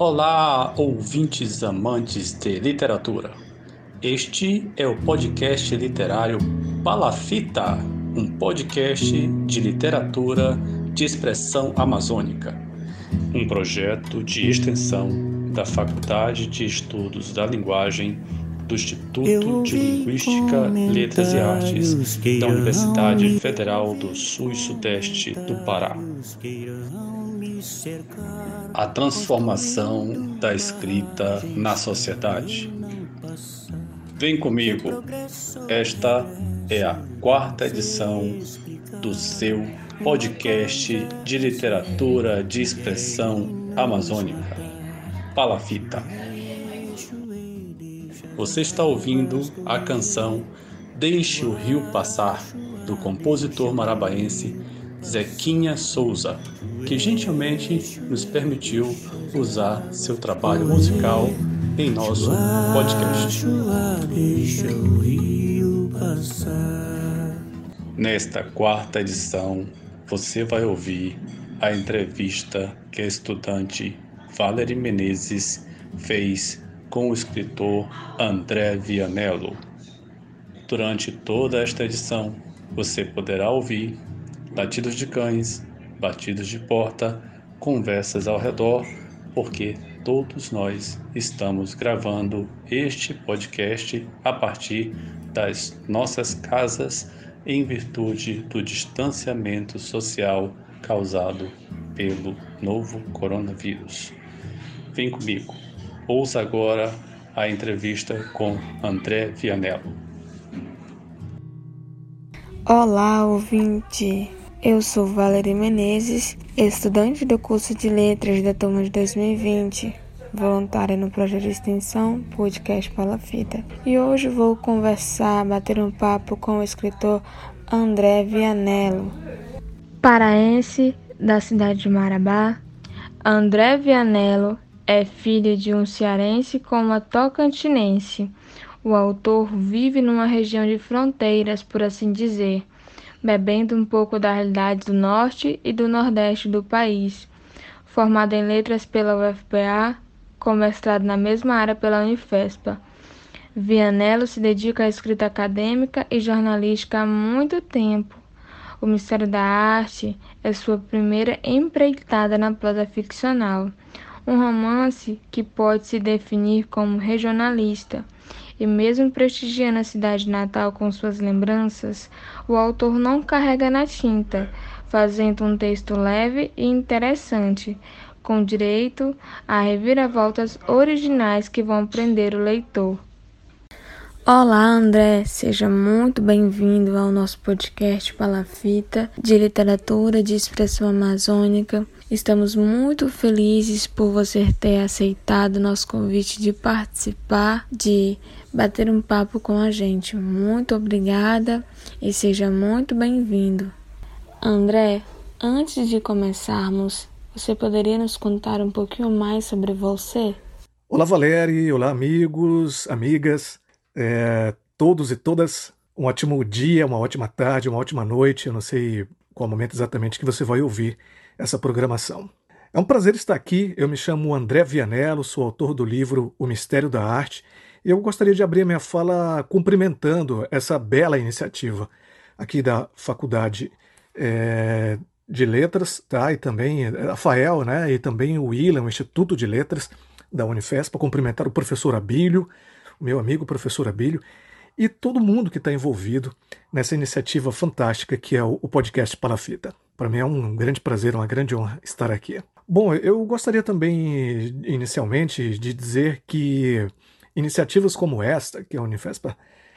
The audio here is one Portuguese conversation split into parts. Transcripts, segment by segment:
Olá, ouvintes amantes de literatura. Este é o podcast literário Palafita, um podcast de literatura de expressão amazônica, um projeto de extensão da Faculdade de Estudos da Linguagem do Instituto de Linguística, Letras e Artes da Universidade Federal do Sul e Sudeste do Pará. A transformação da escrita na sociedade. Vem comigo, esta é a 4ª edição do seu podcast de literatura de expressão amazônica, Palafita. Você está ouvindo a canção Deixe o Rio Passar, do compositor marabaense Zequinha Souza, que gentilmente nos permitiu usar seu trabalho musical em nosso podcast. Nesta 4ª edição, você vai ouvir a entrevista que a estudante Valery Menezes fez com o escritor André Vianello. Durante toda esta edição, você poderá ouvir latidos de cães, batidos de porta, conversas ao redor, porque todos nós estamos gravando este podcast a partir das nossas casas em virtude do distanciamento social causado pelo novo coronavírus. Vem comigo, ouça agora a entrevista com André Vianello. Olá, ouvinte! Eu sou Valery Menezes, estudante do curso de Letras da turma de 2020, voluntária no projeto de extensão Podcast Palafita. E hoje vou bater um papo com o escritor André Vianello. Paraense da cidade de Marabá, André Vianello é filho de um cearense com uma tocantinense. O autor vive numa região de fronteiras, por assim dizer, bebendo um pouco da realidade do norte e do nordeste do país. Formado em letras pela UFPA, com mestrado na mesma área pela Unifespa, Vianello se dedica à escrita acadêmica e jornalística há muito tempo. O Mistério da Arte é sua primeira empreitada na prosa ficcional, um romance que pode se definir como regionalista. E mesmo prestigiando a cidade natal com suas lembranças, o autor não carrega na tinta, fazendo um texto leve e interessante, com direito a reviravoltas originais que vão prender o leitor. Olá, André, seja muito bem-vindo ao nosso podcast Palafita de literatura de expressão amazônica. Estamos muito felizes por você ter aceitado nosso convite de participar, de bater um papo com a gente. Muito obrigada e seja muito bem-vindo. André, antes de começarmos, você poderia nos contar um pouquinho mais sobre você? Olá, Valery, olá, amigos, amigas. Todos e todas, um ótimo dia, uma ótima tarde, uma ótima noite. Eu não sei qual momento exatamente que você vai ouvir essa programação. É um prazer estar aqui. Eu me chamo André Vianello, sou autor do livro O Mistério da Arte, e eu gostaria de abrir a minha fala cumprimentando essa bela iniciativa aqui da Faculdade de Letras, tá? E também a FAEL, né? E também o ILA, o Instituto de Letras da Unifespa, cumprimentar o professor Abílio, o meu amigo professor Abílio, e todo mundo que está envolvido nessa iniciativa fantástica que é o podcast Palafita. Para mim é um grande prazer, uma grande honra estar aqui. Bom, eu gostaria também, inicialmente, de dizer que iniciativas como esta, que a Unifespa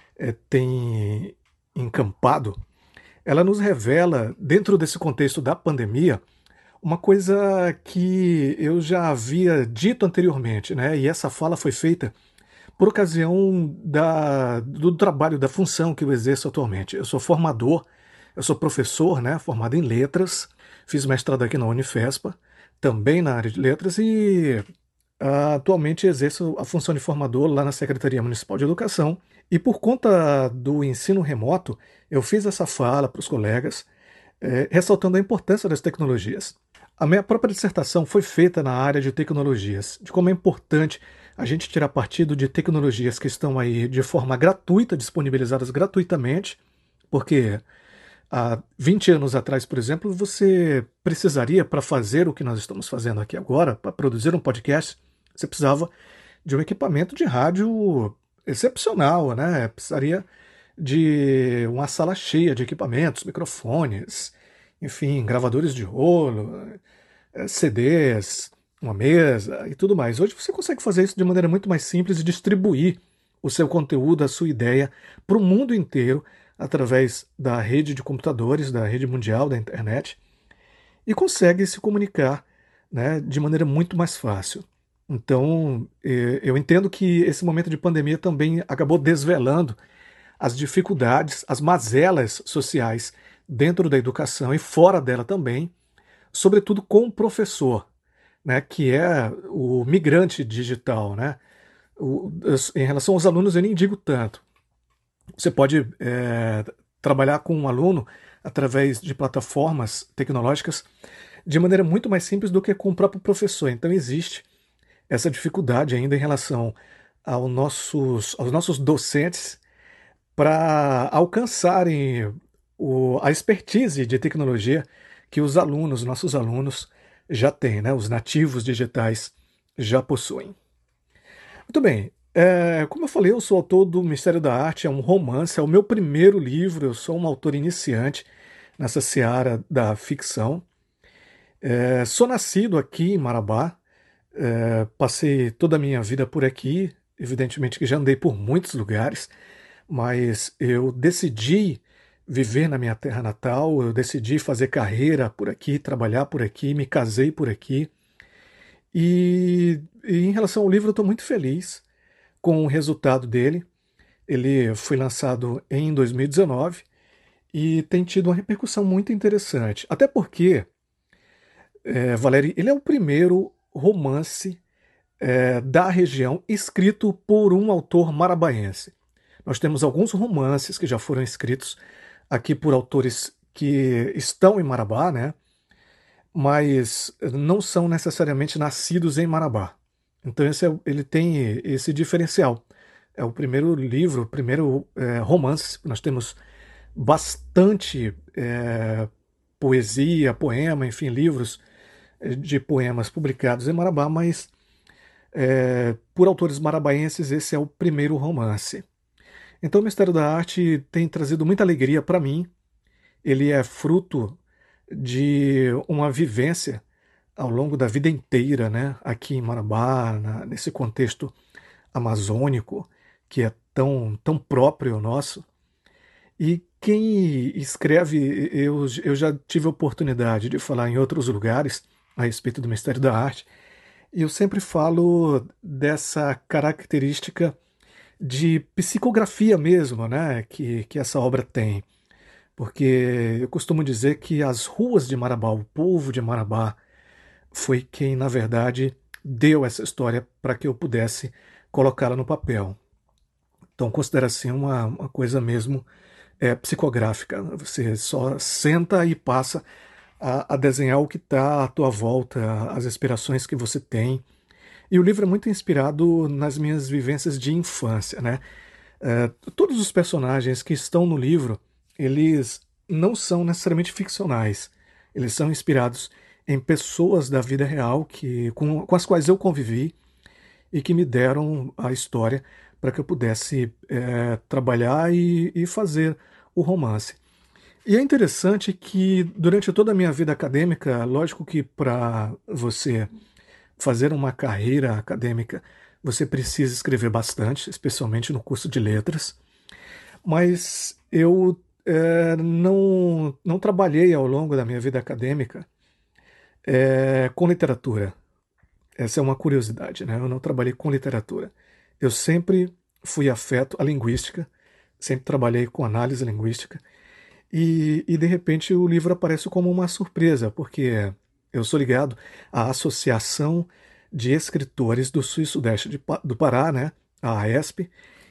tem encampado, ela nos revela, dentro desse contexto da pandemia, uma coisa que eu já havia dito anteriormente, né? E essa fala foi feita por ocasião do trabalho, da função que eu exerço atualmente. Eu sou formador, eu sou professor, né, formado em letras, fiz mestrado aqui na Unifespa, também na área de letras, e atualmente exerço a função de formador lá na Secretaria Municipal de Educação. E por conta do ensino remoto, eu fiz essa fala para os colegas, ressaltando a importância das tecnologias. A minha própria dissertação foi feita na área de tecnologias, de como é importante a gente tirar partido de tecnologias que estão aí de forma gratuita, disponibilizadas gratuitamente, porque há 20 anos atrás, por exemplo, você precisaria, para fazer o que nós estamos fazendo aqui agora, para produzir um podcast, você precisava de um equipamento de rádio excepcional, né? Precisaria de uma sala cheia de equipamentos, microfones, enfim, gravadores de rolo, CDs, uma mesa e tudo mais. Hoje você consegue fazer isso de maneira muito mais simples e distribuir o seu conteúdo, a sua ideia para o mundo inteiro através da rede de computadores, da rede mundial, da internet, e consegue se comunicar, né, de maneira muito mais fácil. Então, eu entendo que esse momento de pandemia também acabou desvelando as dificuldades, as mazelas sociais dentro da educação e fora dela também, sobretudo com o professor, né, que é o migrante digital, né? Em relação aos alunos, eu nem digo tanto. Você pode trabalhar com um aluno através de plataformas tecnológicas de maneira muito mais simples do que com o próprio professor. Então existe essa dificuldade ainda em relação aos nossos docentes para alcançarem a expertise de tecnologia que os alunos, nossos alunos, já têm, né? Os nativos digitais já possuem. Muito bem. Como eu falei, eu sou autor do Mistério da Arte, é um romance, é o meu primeiro livro, eu sou um autor iniciante nessa seara da ficção. Sou nascido aqui em Marabá, passei toda a minha vida por aqui, evidentemente que já andei por muitos lugares, mas eu decidi viver na minha terra natal, eu decidi fazer carreira por aqui, trabalhar por aqui, me casei por aqui. E em relação ao livro, eu estou muito feliz com o resultado dele. Ele foi lançado em 2019 e tem tido uma repercussão muito interessante. Até porque, Valério, ele é o primeiro romance da região escrito por um autor marabaense. Nós temos alguns romances que já foram escritos aqui por autores que estão em Marabá, né? Mas não são necessariamente nascidos em Marabá. Então ele tem esse diferencial. É o primeiro livro, o primeiro romance. Nós temos bastante poesia, poema, enfim, livros de poemas publicados em Marabá, mas por autores marabaenses esse é o primeiro romance. Então o Mistério da Arte tem trazido muita alegria para mim. Ele é fruto de uma vivência ao longo da vida inteira, né, aqui em Marabá, nesse contexto amazônico, que é tão próprio nosso. E quem escreve, eu já tive a oportunidade de falar em outros lugares a respeito do Mistério da Arte, e eu sempre falo dessa característica de psicografia mesmo, né, que essa obra tem. Porque eu costumo dizer que as ruas de Marabá, o povo de Marabá, foi quem, na verdade, deu essa história para que eu pudesse colocá-la no papel. Então, considera assim uma coisa mesmo psicográfica. Você só senta e passa a desenhar o que está à tua volta, as inspirações que você tem. E o livro é muito inspirado nas minhas vivências de infância, né? Todos os personagens que estão no livro, eles não são necessariamente ficcionais. Eles são inspirados em pessoas da vida real com as quais eu convivi e que me deram a história para que eu pudesse trabalhar e fazer o romance. E é interessante que durante toda a minha vida acadêmica, lógico que para você fazer uma carreira acadêmica, você precisa escrever bastante, especialmente no curso de letras, mas eu não trabalhei ao longo da minha vida acadêmica com literatura. Essa é uma curiosidade, né? Eu não trabalhei com literatura. Eu sempre fui afeto à linguística, sempre trabalhei com análise linguística, e de repente o livro aparece como uma surpresa, porque eu sou ligado à Associação de Escritores do Sul e Sudeste do Pará, né? A AESP,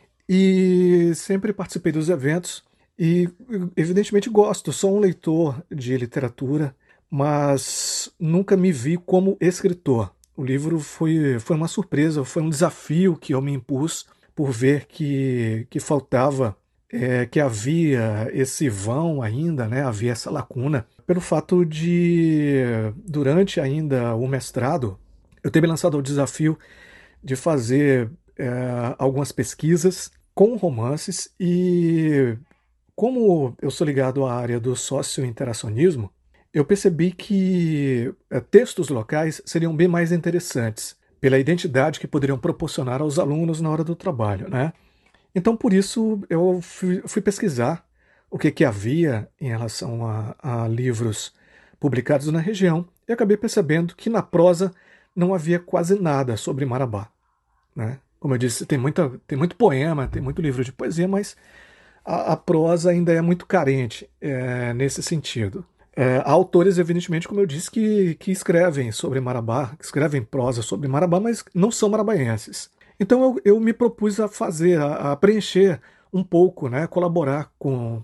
e sempre participei dos eventos e, evidentemente, gosto. Sou um leitor de literatura, mas nunca me vi como escritor. O livro foi uma surpresa, foi um desafio que eu me impus por ver que faltava, que havia esse vão ainda, né? Havia essa lacuna, pelo fato de, durante ainda o mestrado, eu ter me lançado ao desafio de fazer algumas pesquisas com romances e, como eu sou ligado à área do socio-interacionismo, eu percebi que textos locais seriam bem mais interessantes, pela identidade que poderiam proporcionar aos alunos na hora do trabalho, né? Então, por isso, eu fui pesquisar o que havia em relação a livros publicados na região e acabei percebendo que na prosa não havia quase nada sobre Marabá, né? Como eu disse, tem muito poema, tem muito livro de poesia, mas a prosa ainda é muito carente nesse sentido. Há autores, evidentemente, como eu disse, que escrevem sobre Marabá, que escrevem prosa sobre Marabá, mas não são marabaenses. Então eu me propus a fazer, a preencher um pouco, né, colaborar com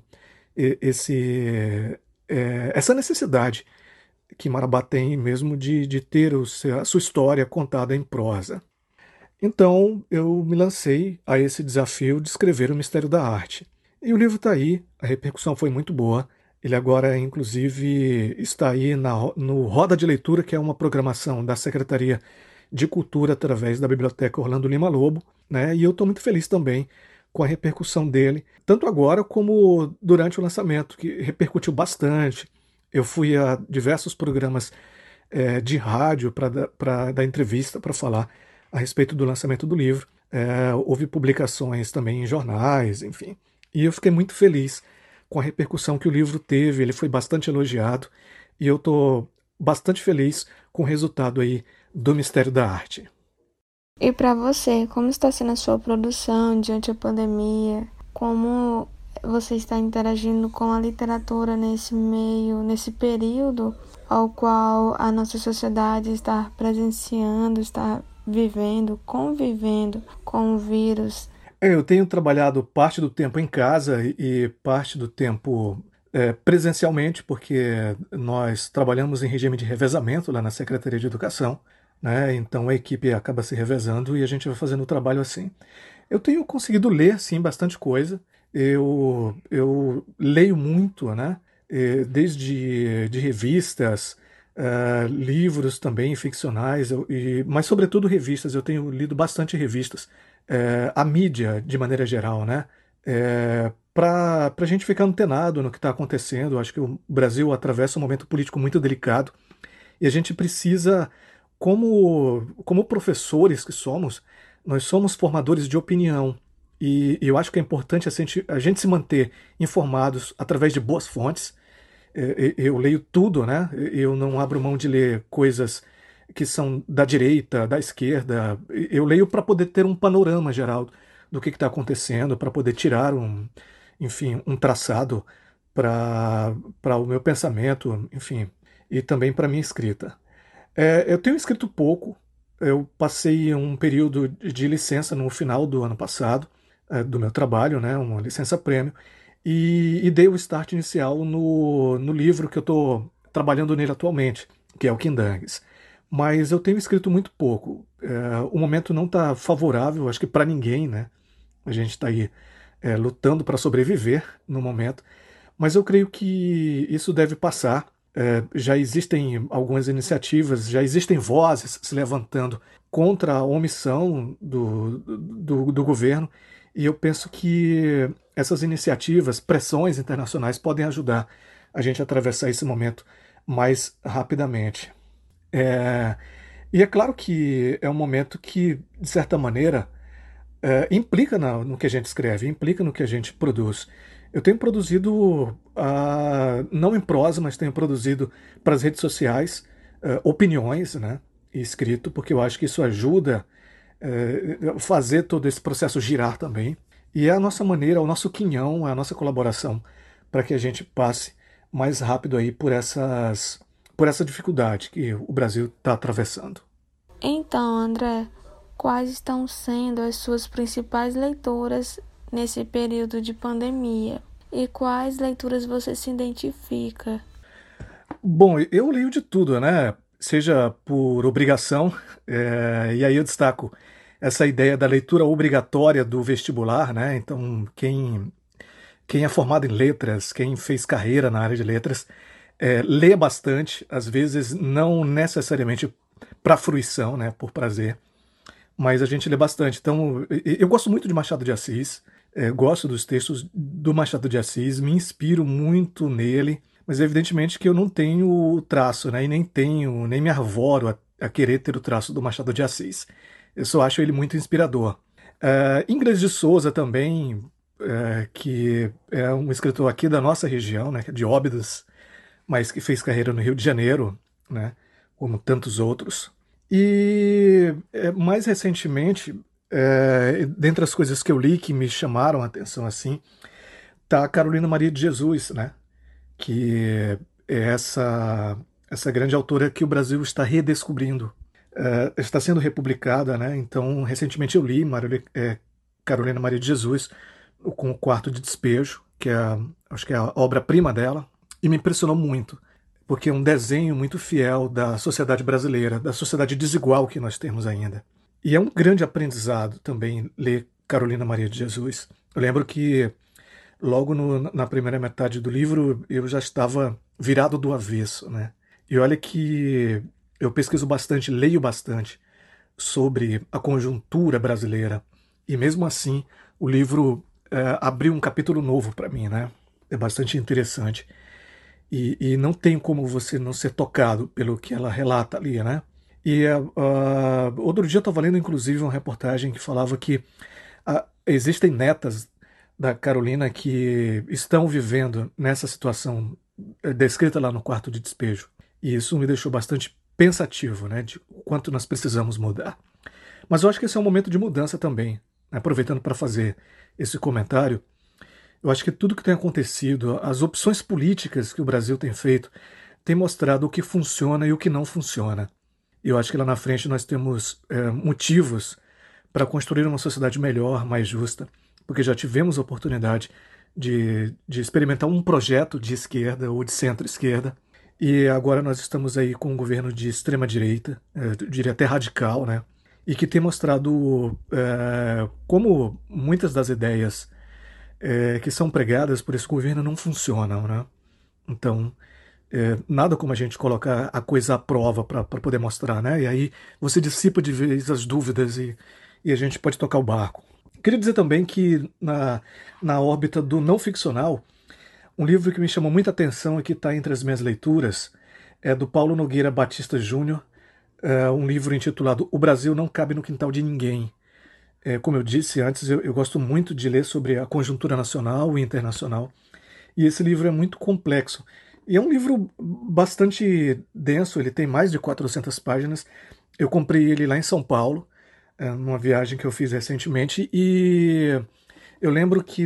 essa necessidade que Marabá tem mesmo de ter a sua história contada em prosa. Então eu me lancei a esse desafio de escrever o Mistério da Arte. E o livro está aí, a repercussão foi muito boa. Ele agora, inclusive, está aí no Roda de Leitura, que é uma programação da Secretaria de Cultura através da Biblioteca Orlando Lima Lobo, né? E eu estou muito feliz também com a repercussão dele, tanto agora como durante o lançamento, que repercutiu bastante. Eu fui a diversos programas de rádio para dar entrevista, para falar a respeito do lançamento do livro. Houve publicações também em jornais, enfim. E eu fiquei muito feliz com a repercussão que o livro teve. Ele foi bastante elogiado e eu estou bastante feliz com o resultado aí do Mistério da Arte. E para você, como está sendo a sua produção diante da pandemia? Como você está interagindo com a literatura nesse meio, nesse período ao qual a nossa sociedade está presenciando, está vivendo, convivendo com o vírus? Eu tenho trabalhado parte do tempo em casa e parte do tempo presencialmente, porque nós trabalhamos em regime de revezamento lá na Secretaria de Educação, né? Então a equipe acaba se revezando e a gente vai fazendo o trabalho assim. Eu tenho conseguido ler, sim, bastante coisa. Eu leio muito, né? Desde de revistas, livros também ficcionais, mas sobretudo revistas. Eu tenho lido bastante revistas. A mídia, de maneira geral, né? Para a gente ficar antenado no que está acontecendo. Eu acho que o Brasil atravessa um momento político muito delicado e a gente precisa, como professores que somos, nós somos formadores de opinião. E eu acho que é importante a gente se manter informados através de boas fontes. Eu leio tudo, né? Eu não abro mão de ler coisas que são da direita, da esquerda. Eu leio para poder ter um panorama geral do que está acontecendo, para poder tirar enfim, um traçado para o meu pensamento, enfim, e também para a minha escrita. Eu tenho escrito pouco. Eu passei um período de licença no final do ano passado, do meu trabalho, né, uma licença prêmio, e dei o start inicial no livro que eu estou trabalhando nele atualmente, que é o Quindangues. Mas eu tenho escrito muito pouco. O momento não está favorável, acho que para ninguém, né? A gente está aí lutando para sobreviver no momento, mas eu creio que isso deve passar. Já existem algumas iniciativas, já existem vozes se levantando contra a omissão do governo, e eu penso que essas iniciativas, pressões internacionais, podem ajudar a gente a atravessar esse momento mais rapidamente. E é claro que é um momento que, de certa maneira, implica no que a gente escreve, implica no que a gente produz. Eu tenho produzido, não em prosa, mas tenho produzido para as redes sociais opiniões, né, escrito, porque eu acho que isso ajuda fazer todo esse processo girar também. E é a nossa maneira, o nosso quinhão, a nossa colaboração para que a gente passe mais rápido aí por essa dificuldade que o Brasil está atravessando. Então, André, quais estão sendo as suas principais leituras nesse período de pandemia? E quais leituras você se identifica? Bom, eu leio de tudo, né? Seja por obrigação, e aí eu destaco essa ideia da leitura obrigatória do vestibular, né? Então, quem é formado em letras, quem fez carreira na área de letras, lê bastante, às vezes não necessariamente para fruição, né? Por prazer, mas a gente lê bastante. Então, eu gosto muito de Machado de Assis, gosto dos textos do Machado de Assis, me inspiro muito nele, mas evidentemente que eu não tenho o traço, né? E nem me arvoro a querer ter o traço do Machado de Assis. Eu só acho ele muito inspirador. Ingres de Souza também, que é um escritor aqui da nossa região, né? De Óbidos, mas que fez carreira no Rio de Janeiro, né? Como tantos outros. E mais recentemente, dentre as coisas que eu li que me chamaram a atenção assim, tá a Carolina Maria de Jesus, né? Que é essa grande autora que o Brasil está redescobrindo. Está sendo republicada, né? Então, recentemente eu li Carolina Maria de Jesus com o Quarto de Despejo, acho que é a obra-prima dela, e me impressionou muito porque é um desenho muito fiel da sociedade brasileira, da sociedade desigual que nós temos ainda. E é um grande aprendizado também ler Carolina Maria de Jesus. Eu lembro que logo na primeira metade do livro eu já estava virado do avesso, né? E olha que eu pesquiso bastante, leio bastante sobre a conjuntura brasileira. E mesmo assim, o livro abriu um capítulo novo para mim, né? É bastante interessante. E não tem como você não ser tocado pelo que ela relata ali, né? E outro dia eu estava lendo, inclusive, uma reportagem que falava que existem netas da Carolina que estão vivendo nessa situação descrita lá no Quarto de Despejo. E isso me deixou bastante pensativo, né? De o quanto nós precisamos mudar. Mas eu acho que esse é um momento de mudança também, né? Aproveitando para fazer esse comentário, eu acho que tudo que tem acontecido, as opções políticas que o Brasil tem feito, tem mostrado o que funciona e o que não funciona. E eu acho que lá na frente nós temos motivos para construir uma sociedade melhor, mais justa, porque já tivemos a oportunidade de experimentar um projeto de esquerda ou de centro-esquerda, e agora nós estamos aí com um governo de extrema-direita, eu diria até radical, né? E que tem mostrado como muitas das ideias que são pregadas por esse governo não funcionam, né? Então, nada como a gente colocar a coisa à prova para poder mostrar, né? E aí você dissipa de vez as dúvidas e a gente pode tocar o barco. Queria dizer também que na órbita do não ficcional, um livro que me chamou muita atenção e que está entre as minhas leituras é do Paulo Nogueira Batista Júnior, um livro intitulado O Brasil Não Cabe no Quintal de Ninguém. Como eu disse antes, eu gosto muito de ler sobre a conjuntura nacional e internacional, e esse livro é muito complexo. E é um livro bastante denso, ele tem mais de 400 páginas. Eu comprei ele lá em São Paulo, numa viagem que eu fiz recentemente, e eu lembro que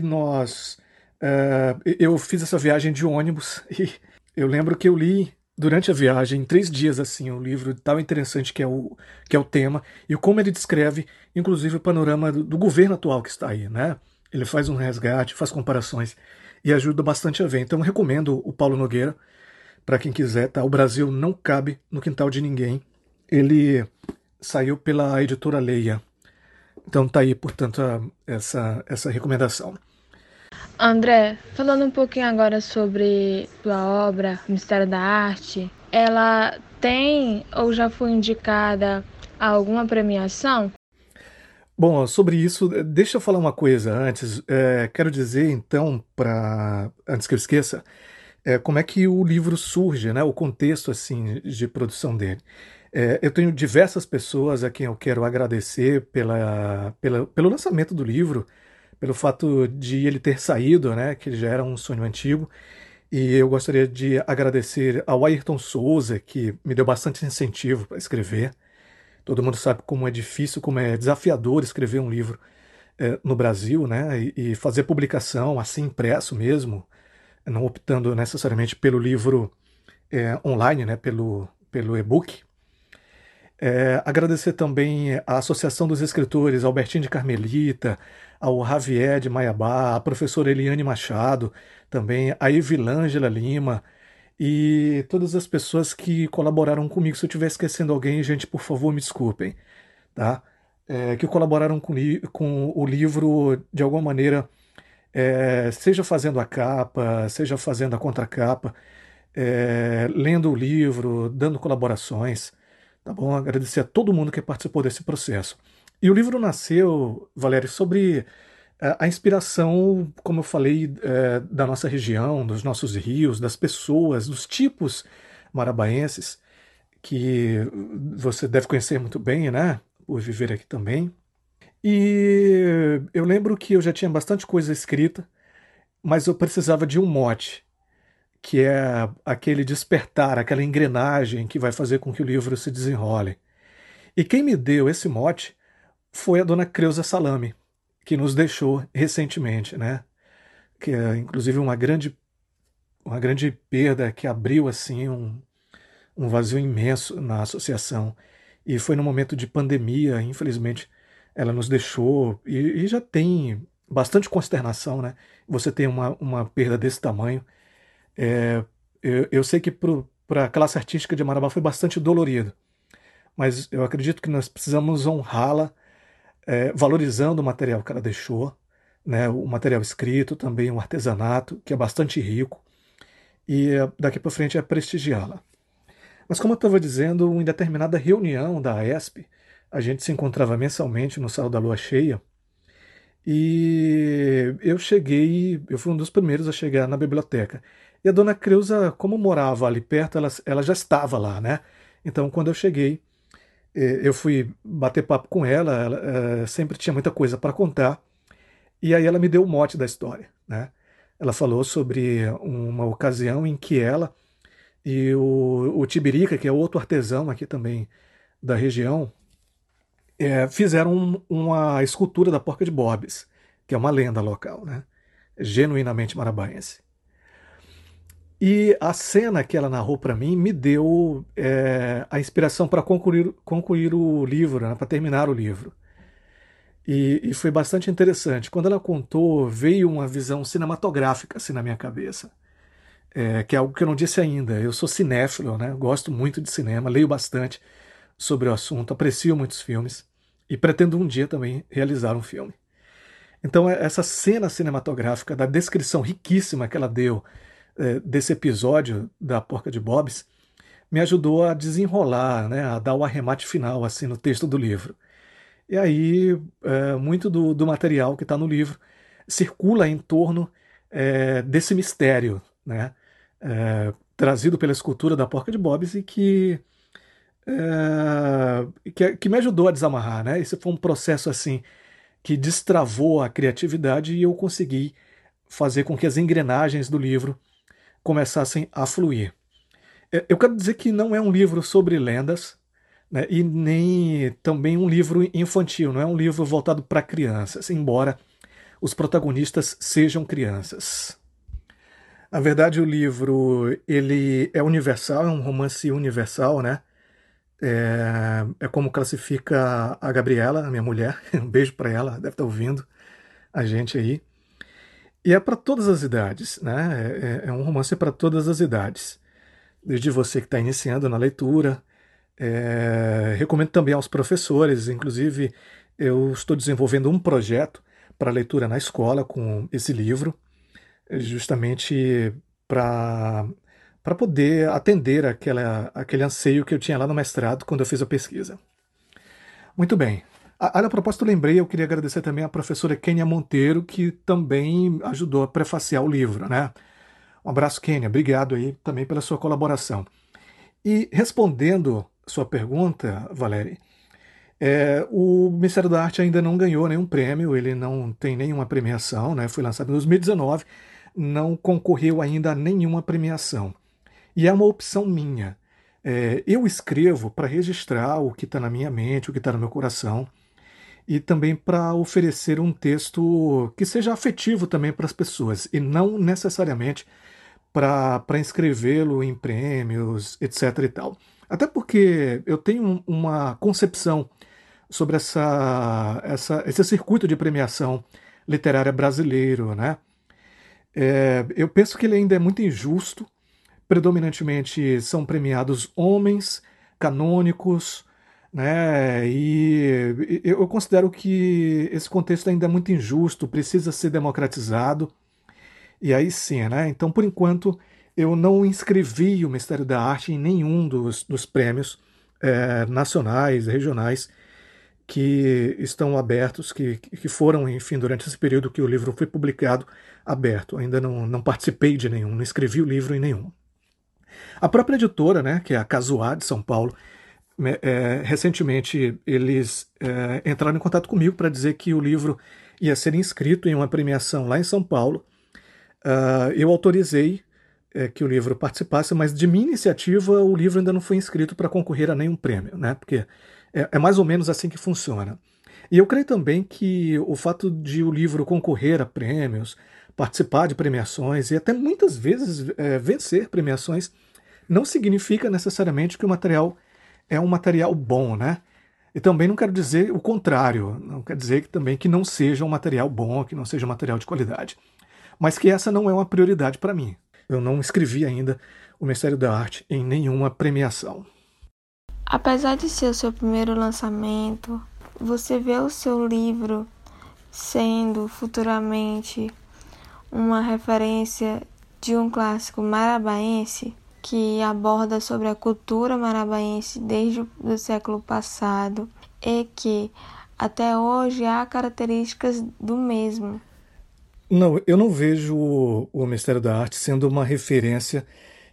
eu fiz essa viagem de ônibus, e eu lembro que eu li durante a viagem, em 3 dias, assim, o livro tão interessante que é o tema, e como ele descreve, inclusive, o panorama do governo atual que está aí, né? Ele faz um resgate, faz comparações, e ajuda bastante a ver. Então, eu recomendo o Paulo Nogueira, para quem quiser, tá? O Brasil Não Cabe no Quintal de Ninguém. Ele saiu pela editora Leia. Então, tá aí, portanto, essa recomendação. André, falando um pouquinho agora sobre tua obra, Mistério da Arte, ela tem ou já foi indicada a alguma premiação? Bom, sobre isso, deixa eu falar uma coisa antes. Quero dizer, então, antes que eu esqueça, como é que o livro surge, né? O contexto assim de produção dele. Eu tenho diversas pessoas a quem eu quero agradecer pelo lançamento do livro, pelo fato de ele ter saído, né? Que já era um sonho antigo. E eu gostaria de agradecer ao Ayrton Souza, que me deu bastante incentivo para escrever. Todo mundo sabe como é difícil, como é desafiador escrever um livro no Brasil, né? E fazer publicação assim impresso mesmo, não optando necessariamente pelo livro online, né? Pelo e-book. Agradecer também à Associação dos Escritores, Albertinho de Carmelita, ao Javier de Maiabá, a professora Eliane Machado, também a Evilângela Lima e todas as pessoas que colaboraram comigo. Se eu estiver esquecendo alguém, gente, por favor, me desculpem, tá? Que colaboraram com o livro de alguma maneira, seja fazendo a capa, seja fazendo a contracapa, lendo o livro, dando colaborações, tá bom? Agradecer a todo mundo que participou desse processo. E o livro nasceu, Valério, sobre a inspiração, como eu falei, da nossa região, dos nossos rios, das pessoas, dos tipos marabaenses, que você deve conhecer muito bem, né? Por viver aqui também. E eu lembro que eu já tinha bastante coisa escrita, mas eu precisava de um mote, que é aquele despertar, aquela engrenagem que vai fazer com que o livro se desenrole. E quem me deu esse mote foi a dona Creuza Salame, que nos deixou recentemente, né? Que é inclusive uma grande perda que abriu assim um vazio imenso na associação. E foi no momento de pandemia, infelizmente, ela nos deixou e já tem bastante consternação, né? Você tem uma perda desse tamanho. É, eu sei que para a classe artística de Marabá foi bastante dolorido, mas eu acredito que nós precisamos honrá-la, valorizando o material que ela deixou, né? O material escrito, também o artesanato, que é bastante rico, e daqui para frente é prestigiá-la. Mas como eu estava dizendo, em determinada reunião da AESP, a gente se encontrava mensalmente no Sal da Lua Cheia, e eu fui um dos primeiros a chegar na biblioteca. E a dona Creuza, como morava ali perto, ela já estava lá, né? Então, quando eu cheguei, eu fui bater papo com ela, ela sempre tinha muita coisa para contar, e aí ela me deu o mote da história, né? Ela falou sobre uma ocasião em que ela e o Tibirica, que é outro artesão aqui também da região, fizeram uma escultura da Porca de Bobs, que é uma lenda local, né? Genuinamente marabaense. E a cena que ela narrou para mim me deu a inspiração para concluir o livro, né? Para terminar o livro. E foi bastante interessante. Quando ela contou, veio uma visão cinematográfica assim na minha cabeça, que é algo que eu não disse ainda. Eu sou cinéfilo, né? Gosto muito de cinema, leio bastante sobre o assunto, aprecio muitos filmes e pretendo um dia também realizar um filme. Então, essa cena cinematográfica, da descrição riquíssima que ela deu desse episódio da Porca de Bobs, me ajudou a desenrolar, né, a dar o arremate final assim no texto do livro. E aí, muito do material que está no livro circula em torno desse mistério, né, trazido pela escultura da Porca de Bobs e que me ajudou a desamarrar, né? Esse foi um processo assim que destravou a criatividade e eu consegui fazer com que as engrenagens do livro começassem a fluir. Eu quero dizer que não é um livro sobre lendas, né, e nem também um livro infantil, não é um livro voltado para crianças, embora os protagonistas sejam crianças. Na verdade, o livro ele é universal, é um romance universal, né? É como classifica a Gabriela, a minha mulher. Um beijo para ela, deve estar ouvindo a gente aí. E é para todas as idades, né? É um romance para todas as idades. Desde você que está iniciando na leitura. Recomendo também aos professores. Inclusive, eu estou desenvolvendo um projeto para leitura na escola com esse livro, justamente para poder atender aquele anseio que eu tinha lá no mestrado quando eu fiz a pesquisa. Muito bem. A propósito, lembrei, eu queria agradecer também à professora Kênia Monteiro, que também ajudou a prefaciar o livro, né? Um abraço, Kênia. Obrigado aí também pela sua colaboração. E respondendo sua pergunta, Valéria, o Ministério da Arte ainda não ganhou nenhum prêmio, ele não tem nenhuma premiação, né? Foi lançado em 2019, não concorreu ainda a nenhuma premiação. E é uma opção minha. Eu escrevo para registrar o que está na minha mente, o que está no meu coração, e também para oferecer um texto que seja afetivo também para as pessoas, e não necessariamente para inscrevê-lo em prêmios, etc. e tal. Até porque eu tenho uma concepção sobre esse circuito de premiação literária brasileiro, né? Eu penso que ele ainda é muito injusto, predominantemente são premiados homens canônicos, né? E eu considero que esse contexto ainda é muito injusto, precisa ser democratizado. E aí sim, né? Então, por enquanto, eu não inscrevi o Mistério da Arte em nenhum dos prêmios nacionais, regionais, que estão abertos, que foram, enfim, durante esse período que o livro foi publicado, aberto. Ainda não participei de nenhum, não escrevi o livro em nenhum. A própria editora, né, que é a Casuá, de São Paulo, recentemente eles entraram em contato comigo para dizer que o livro ia ser inscrito em uma premiação lá em São Paulo. Eu autorizei que o livro participasse, mas de minha iniciativa o livro ainda não foi inscrito para concorrer a nenhum prêmio, né? Porque é mais ou menos assim que funciona. E eu creio também que o fato de o livro concorrer a prêmios, participar de premiações e até muitas vezes vencer premiações não significa necessariamente que o material é um material bom, né? E também não quero dizer o contrário, não quer dizer também que não seja um material bom, que não seja um material de qualidade. Mas que essa não é uma prioridade para mim. Eu não escrevi ainda o Mistério da Arte em nenhuma premiação. Apesar de ser o seu primeiro lançamento, você vê o seu livro sendo futuramente uma referência de um clássico marabaense que aborda sobre a cultura marabaense desde o século passado e que até hoje há características do mesmo. Não, eu não vejo o Mistério da Arte sendo uma referência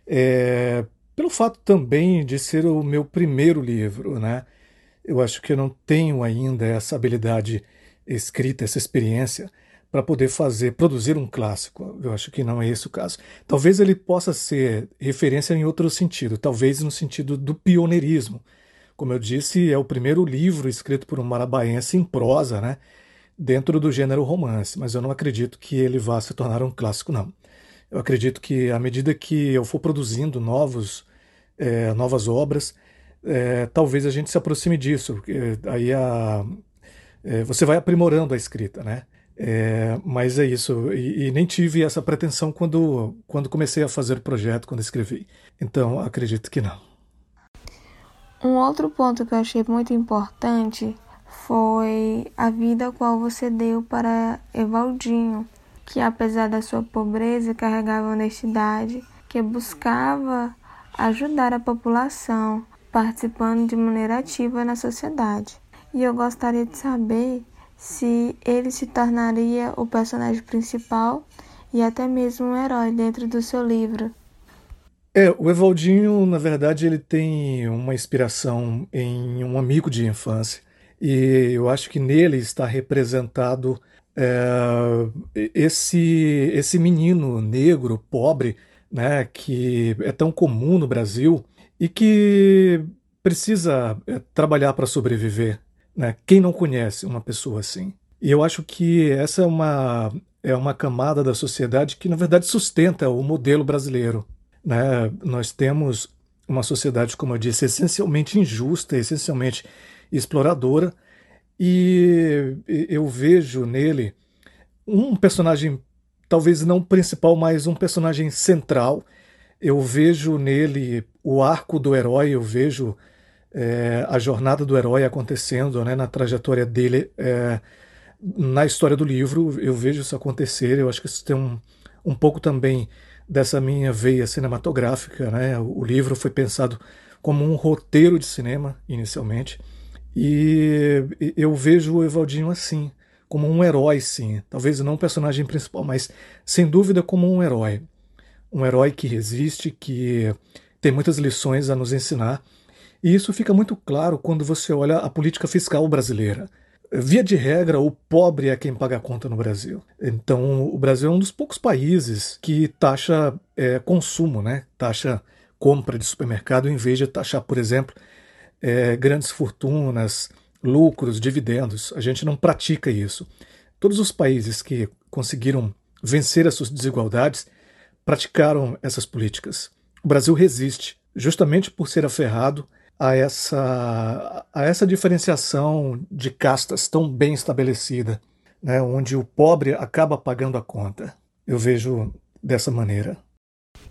pelo fato também de ser o meu primeiro livro, né? Eu acho que eu não tenho ainda essa habilidade escrita, essa experiência para poder produzir um clássico. Eu acho que não é esse o caso. Talvez ele possa ser referência em outro sentido, talvez no sentido do pioneirismo. Como eu disse, é o primeiro livro escrito por um marabaense em prosa, né? Dentro do gênero romance, mas eu não acredito que ele vá se tornar um clássico, não. Eu acredito que à medida que eu for produzindo novas obras, talvez a gente se aproxime disso, porque aí você vai aprimorando a escrita, né? Mas é isso, e nem tive essa pretensão quando comecei a fazer o projeto, quando escrevi. Então, acredito que não. Um outro ponto que eu achei muito importante foi a vida a qual você deu para Evaldinho, que apesar da sua pobreza carregava honestidade, que buscava ajudar a população, participando de maneira ativa na sociedade. E eu gostaria de saber se ele se tornaria o personagem principal e até mesmo um herói dentro do seu livro. O Evaldinho, na verdade, ele tem uma inspiração em um amigo de infância. E eu acho que nele está representado esse menino negro, pobre, né, que é tão comum no Brasil e que precisa trabalhar para sobreviver, né? Quem não conhece uma pessoa assim? E eu acho que essa é uma camada da sociedade que, na verdade, sustenta o modelo brasileiro, né? Nós temos uma sociedade, como eu disse, essencialmente injusta, essencialmente exploradora, e eu vejo nele um personagem, talvez não principal, mas um personagem central. Eu vejo nele o arco do herói, eu vejo a jornada do herói acontecendo, né, na trajetória dele, na história do livro. Eu vejo isso acontecer. Eu acho que isso tem um pouco também dessa minha veia cinematográfica, né? O livro foi pensado como um roteiro de cinema, inicialmente, e eu vejo o Evaldinho assim, como um herói, sim. Talvez não um personagem principal, mas sem dúvida como um herói. Um herói que resiste, que tem muitas lições a nos ensinar. E isso fica muito claro quando você olha a política fiscal brasileira. Via de regra, o pobre é quem paga a conta no Brasil. Então, o Brasil é um dos poucos países que taxa consumo, né? Taxa compra de supermercado, em vez de taxar, por exemplo, grandes fortunas, lucros, dividendos. A gente não pratica isso. Todos os países que conseguiram vencer as suas desigualdades praticaram essas políticas. O Brasil resiste, justamente por ser aferrado a essa diferenciação de castas tão bem estabelecida, né, onde o pobre acaba pagando a conta. Eu vejo dessa maneira.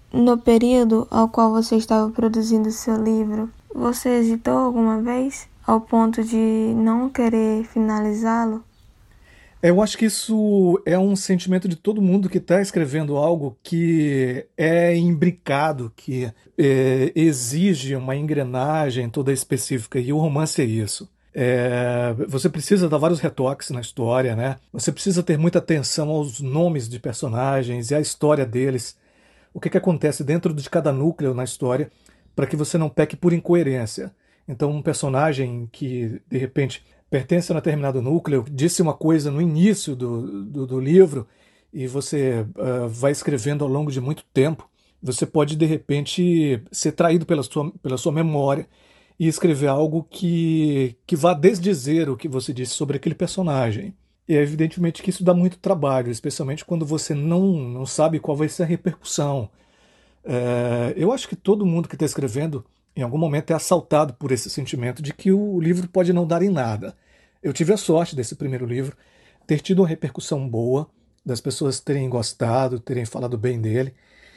No período ao qual você estava produzindo seu livro, você hesitou alguma vez ao ponto de não querer finalizá-lo? Eu acho que isso é um sentimento de todo mundo que está escrevendo algo que é imbricado, que exige uma engrenagem toda específica, e o romance é isso. Você precisa dar vários retoques na história, né? Você precisa ter muita atenção aos nomes de personagens e à história deles, o que acontece dentro de cada núcleo na história, para que você não peque por incoerência. Então, um personagem que, de repente, pertence a um determinado núcleo, disse uma coisa no início do livro e você vai escrevendo ao longo de muito tempo, você pode, de repente, ser traído pela sua memória e escrever algo que vá desdizer o que você disse sobre aquele personagem. E é evidentemente que isso dá muito trabalho, especialmente quando você não sabe qual vai ser a repercussão. Eu acho que todo mundo que está escrevendo, em algum momento, é assaltado por esse sentimento de que o livro pode não dar em nada. Eu tive a sorte desse primeiro livro ter tido uma repercussão boa, das pessoas terem gostado, terem falado bem dele.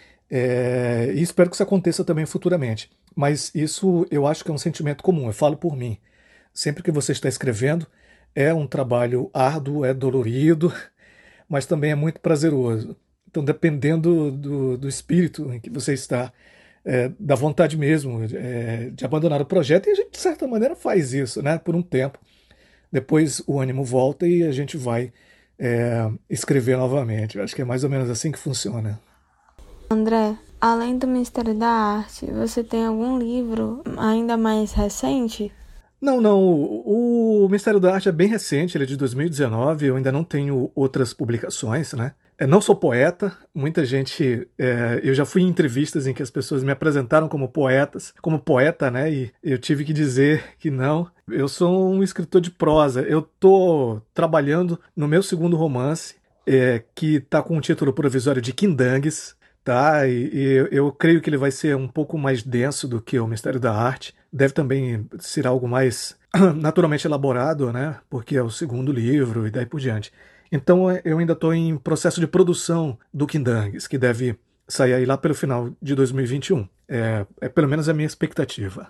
E espero que isso aconteça também futuramente. Mas isso eu acho que é um sentimento comum, eu falo por mim. Sempre que você está escrevendo, é um trabalho árduo, é dolorido, mas também é muito prazeroso. Então, dependendo do espírito em que você está, da vontade mesmo de abandonar o projeto, e a gente, de certa maneira, faz isso, né, por um tempo. Depois o ânimo volta e a gente vai escrever novamente. Eu acho que é mais ou menos assim que funciona. André, além do Ministério da Arte, você tem algum livro ainda mais recente? Não. O Mistério da Arte é bem recente, ele é de 2019. Eu ainda não tenho outras publicações, né? Não sou poeta, muita gente. Eu já fui em entrevistas em que as pessoas me apresentaram como poeta, né? E eu tive que dizer que não. Eu sou um escritor de prosa. Eu estou trabalhando no meu segundo romance, que está com o título provisório de Quindangues. Tá, e eu creio que ele vai ser um pouco mais denso do que o Mistério da Arte. Deve também ser algo mais naturalmente elaborado, né? Porque é o segundo livro e daí por diante. Então eu ainda estou em processo de produção do Quindangues, que deve sair aí lá pelo final de 2021. É pelo menos a minha expectativa.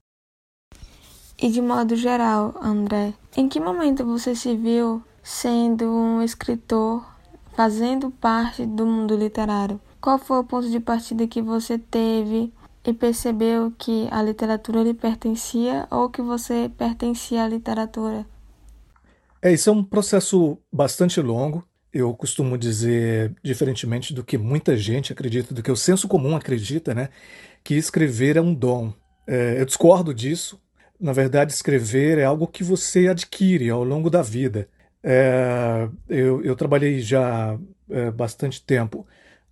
E de modo geral, André, em que momento você se viu sendo um escritor, fazendo parte do mundo literário? Qual foi o ponto de partida que você teve e percebeu que a literatura lhe pertencia ou que você pertencia à literatura? Isso é um processo bastante longo. Eu costumo dizer, diferentemente do que muita gente acredita, do que o senso comum acredita, né, que escrever é um dom. Eu discordo disso. Na verdade, escrever é algo que você adquire ao longo da vida. Eu trabalhei já bastante tempo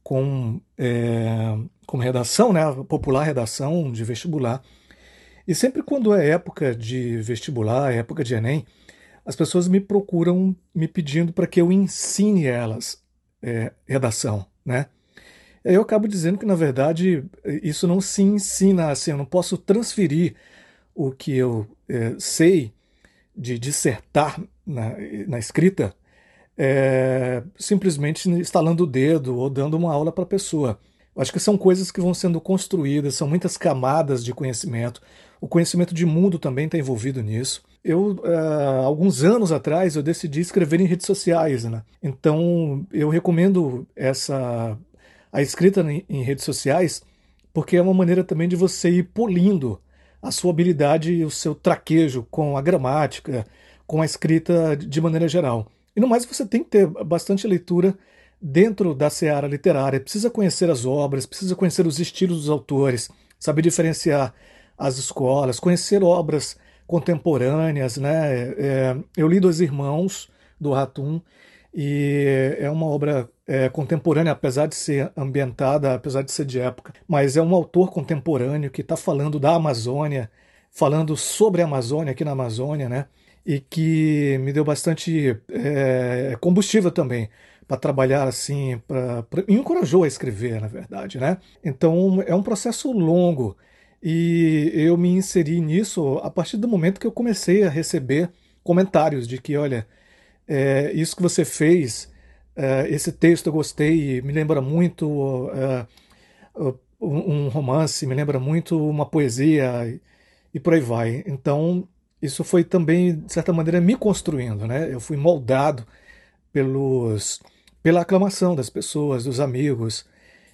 com redação, né, popular redação de vestibular. E sempre quando é época de vestibular, época de Enem, as pessoas me procuram me pedindo para que eu ensine elas redação, né? Eu acabo dizendo que, na verdade, isso não se ensina assim, eu não posso transferir o que eu sei de dissertar na escrita simplesmente estalando o dedo ou dando uma aula para a pessoa. Eu acho que são coisas que vão sendo construídas, são muitas camadas de conhecimento. O conhecimento de mundo também está envolvido nisso. Alguns anos atrás, eu decidi escrever em redes sociais, né? Então, eu recomendo a escrita em redes sociais, porque é uma maneira também de você ir polindo a sua habilidade e o seu traquejo com a gramática, com a escrita de maneira geral. E no mais, você tem que ter bastante leitura dentro da seara literária. Precisa conhecer as obras, precisa conhecer os estilos dos autores, saber diferenciar as escolas, conhecer obras contemporâneas, né? Eu li Dois Irmãos, do Ratum, e é uma obra contemporânea, apesar de ser ambientada, apesar de ser de época, mas é um autor contemporâneo que está falando da Amazônia, falando sobre a Amazônia aqui na Amazônia, né? E que me deu bastante combustível também para trabalhar assim, me encorajou a escrever, na verdade, né? Então é um processo longo e eu me inseri nisso a partir do momento que eu comecei a receber comentários de que, olha, isso que você fez, esse texto eu gostei, me lembra muito um romance, me lembra muito uma poesia e por aí vai. Então, isso foi também, de certa maneira, me construindo, né? Eu fui moldado pelos, pela aclamação das pessoas, dos amigos.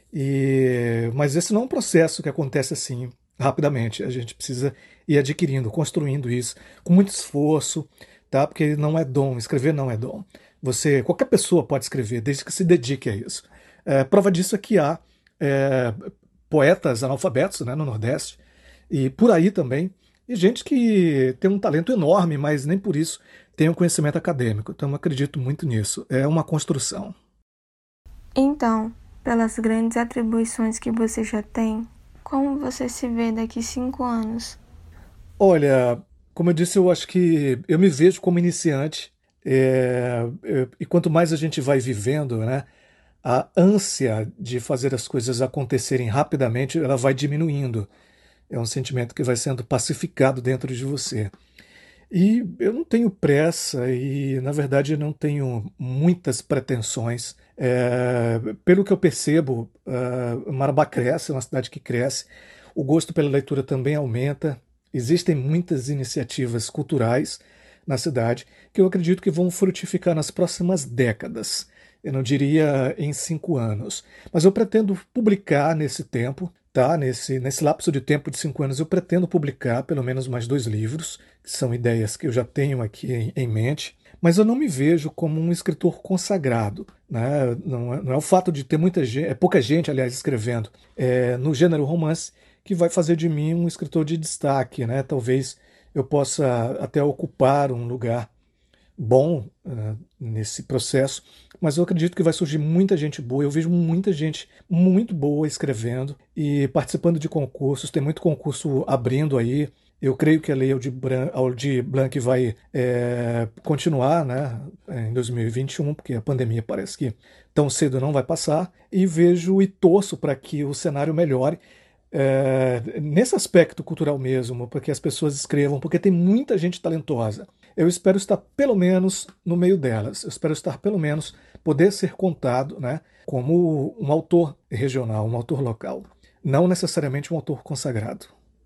Mas esse não é um processo que acontece assim rapidamente. A gente precisa ir adquirindo, construindo isso com muito esforço, tá? Porque não é dom, escrever não é dom. Qualquer pessoa pode escrever, desde que se dedique a isso. Prova disso é que há é, poetas analfabetos, né, no Nordeste e por aí também, e gente que tem um talento enorme, mas nem por isso tem um conhecimento acadêmico. Então eu acredito muito nisso. É uma construção. Então, pelas grandes atribuições que você já tem, como você se vê daqui 5 anos? Olha, como eu disse, eu acho que eu me vejo como iniciante, e quanto mais a gente vai vivendo, né, a ânsia de fazer as coisas acontecerem rapidamente, ela vai diminuindo. É um sentimento que vai sendo pacificado dentro de você. E eu não tenho pressa e, na verdade, não tenho muitas pretensões. Pelo que eu percebo, Marabá cresce, é uma cidade que cresce, o gosto pela leitura também aumenta. Existem muitas iniciativas culturais na cidade que eu acredito que vão frutificar nas próximas décadas. Eu não diria em 5 anos, mas eu pretendo publicar nesse tempo, tá? Nesse lapso de tempo de 5 anos, eu pretendo publicar pelo menos mais 2 livros, que são ideias que eu já tenho aqui em mente, mas eu não me vejo como um escritor consagrado, né? Não é o fato de ter muita gente, pouca gente, aliás, escrevendo no gênero romance, que vai fazer de mim um escritor de destaque, né? Talvez eu possa até ocupar um lugar bom nesse processo, mas eu acredito que vai surgir muita gente boa. Eu vejo muita gente muito boa escrevendo e participando de concursos. Tem muito concurso abrindo aí. Eu creio que a Lei Aldir Blanc vai continuar, né, em 2021, porque a pandemia parece que tão cedo não vai passar. E vejo e torço para que o cenário melhore nesse aspecto cultural mesmo, para que as pessoas escrevam, porque tem muita gente talentosa. Eu espero estar pelo menos no meio delas. Eu espero estar pelo menos poder ser contado, né, como um autor regional, um autor local, não necessariamente um autor consagrado.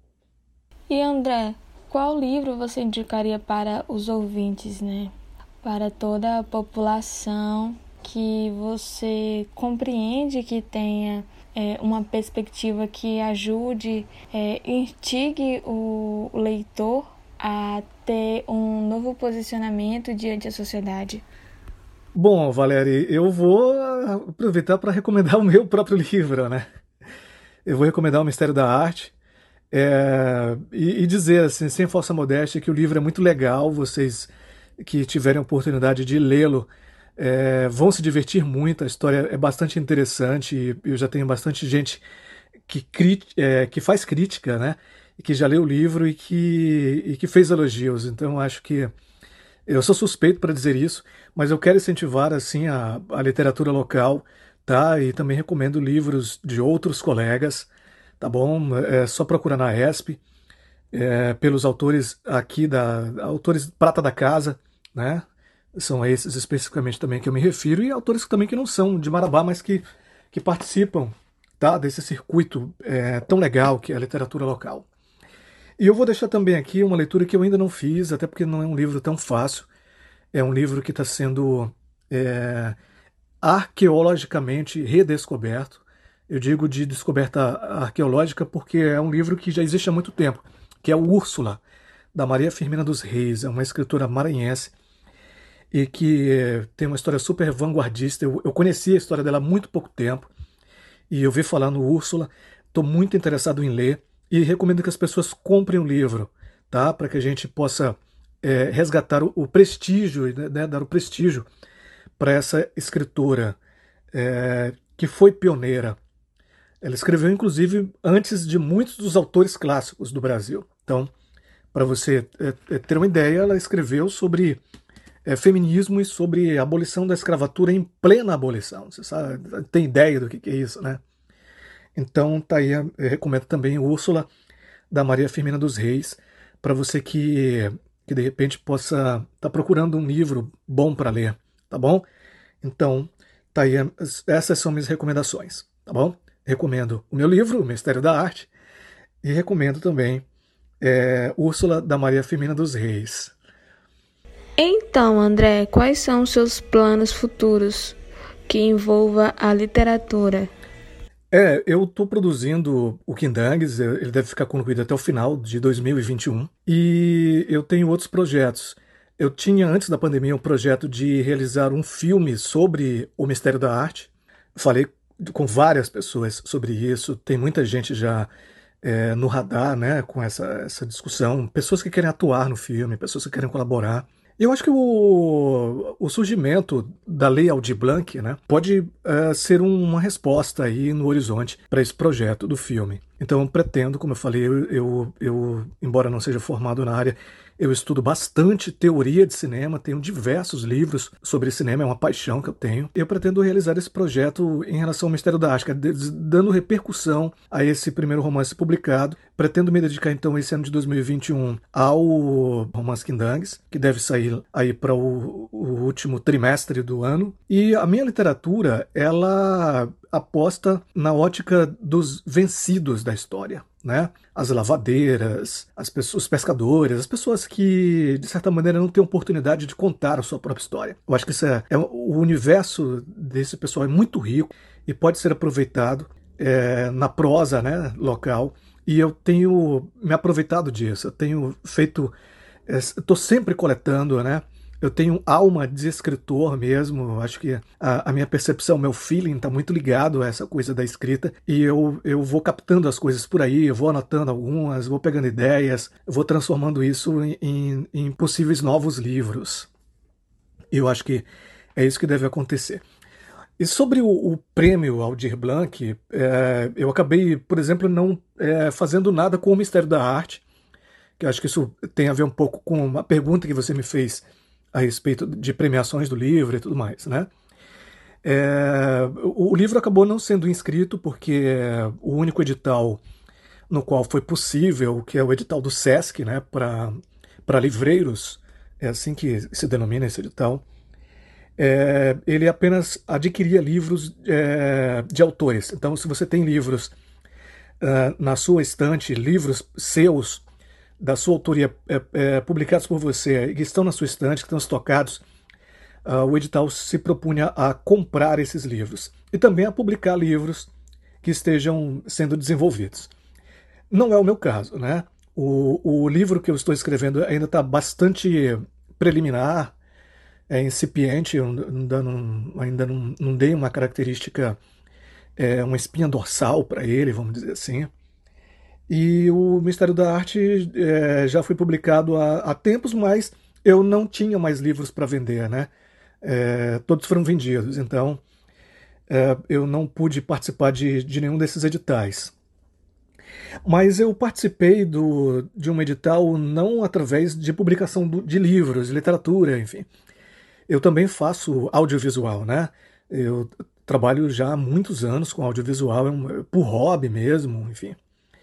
E André, qual livro você indicaria para os ouvintes, né? Para toda a população que você compreende que tenha uma perspectiva que ajude, instigue o leitor a ter um novo posicionamento diante da sociedade? Bom, Valéria, eu vou aproveitar para recomendar o meu próprio livro, né? Eu vou recomendar O Mistério da Arte e dizer, assim, sem falsa modéstia, que o livro é muito legal. Vocês que tiverem a oportunidade de lê-lo vão se divertir muito. A história é bastante interessante e eu já tenho bastante gente que faz crítica, né? E que já leu o livro e que fez elogios. Então, acho que eu sou suspeito para dizer isso, mas eu quero incentivar assim a literatura local, tá? E também recomendo livros de outros colegas, tá bom? É só procurar na ESP, pelos autores aqui autores prata da casa, né? São esses especificamente também que eu me refiro, e autores também que não são de Marabá, mas que participam, tá? Desse circuito tão legal que é a literatura local. E eu vou deixar também aqui uma leitura que eu ainda não fiz, até porque não é um livro tão fácil. É um livro que está sendo arqueologicamente redescoberto. Eu digo de descoberta arqueológica porque é um livro que já existe há muito tempo, que é o Úrsula, da Maria Firmina dos Reis. É uma escritora maranhense e que tem uma história super vanguardista. Eu conheci a história dela há muito pouco tempo e eu vi falar no Úrsula. Estou muito interessado em ler e recomendo que as pessoas comprem o livro, tá? Para que a gente possa resgatar o prestígio, né? Dar o prestígio para essa escritora que foi pioneira. Ela escreveu, inclusive, antes de muitos dos autores clássicos do Brasil. Então, para você ter uma ideia, ela escreveu sobre feminismo e sobre a abolição da escravatura em plena abolição. Você sabe, tem ideia do que é isso, né? Então, tá aí, eu recomendo também Úrsula, da Maria Firmina dos Reis, para você que de repente possa estar procurando um livro bom para ler, tá bom? Então, tá aí, essas são minhas recomendações, tá bom? recomendo o meu livro, O Mistério da Arte, e recomendo também Úrsula, da Maria Firmina dos Reis. Então, André, quais são os seus planos futuros que envolva a literatura? Eu estou produzindo o Quindangues, ele deve ficar concluído até o final de 2021, e eu tenho outros projetos. Eu tinha, antes da pandemia, um projeto de realizar um filme sobre o mistério da arte. Falei com várias pessoas sobre isso, tem muita gente já no radar, né, com essa discussão, pessoas que querem atuar no filme, pessoas que querem colaborar. Eu acho que o surgimento da Lei Aldir Blanc, né, pode ser uma resposta aí no horizonte para esse projeto do filme. Então eu pretendo, como eu falei, eu, embora não seja formado na área, eu estudo bastante teoria de cinema, tenho diversos livros sobre cinema, é uma paixão que eu tenho. Eu pretendo realizar esse projeto em relação ao Mistério da Arte, dando repercussão a esse primeiro romance publicado. Pretendo me dedicar então esse ano de 2021 ao romance Quindangues, que deve sair aí para o último trimestre do ano. E a minha literatura, ela aposta na ótica dos vencidos da história, né? As lavadeiras, os pescadores, as pessoas que, de certa maneira, não têm oportunidade de contar a sua própria história. Eu acho que o universo desse pessoal é muito rico e pode ser aproveitado na prosa, né, local. E eu tenho me aproveitado disso. Eu tenho feito, estou sempre coletando, né? Eu tenho alma de escritor mesmo, acho que a minha percepção, meu feeling está muito ligado a essa coisa da escrita e eu vou captando as coisas por aí, eu vou anotando algumas, vou pegando ideias, vou transformando isso em possíveis novos livros. E eu acho que é isso que deve acontecer. E sobre o prêmio Aldir Blanc, eu acabei, por exemplo, não fazendo nada com o Mistério da Arte, que eu acho que isso tem a ver um pouco com a pergunta que você me fez a respeito de premiações do livro e tudo mais, né? O livro acabou não sendo inscrito porque o único edital no qual foi possível, que é o edital do SESC, né, para livreiros, é assim que se denomina esse edital, ele apenas adquiria livros de autores. Então, se você tem livros na sua estante, livros seus, da sua autoria, publicados por você, que estão na sua estante, que estão estocados, o edital se propunha a comprar esses livros e também a publicar livros que estejam sendo desenvolvidos. Não é o meu caso, né? O livro que eu estou escrevendo ainda está bastante preliminar, é incipiente, eu ainda não dei uma característica, uma espinha dorsal para ele, vamos dizer assim. E o Mistério da Arte já foi publicado há tempos, mas eu não tinha mais livros para vender, né? Todos foram vendidos, então eu não pude participar de nenhum desses editais. Mas eu participei de um edital não através de publicação de livros, de literatura, enfim. Eu também faço audiovisual, né? Eu trabalho já há muitos anos com audiovisual, por hobby mesmo, enfim.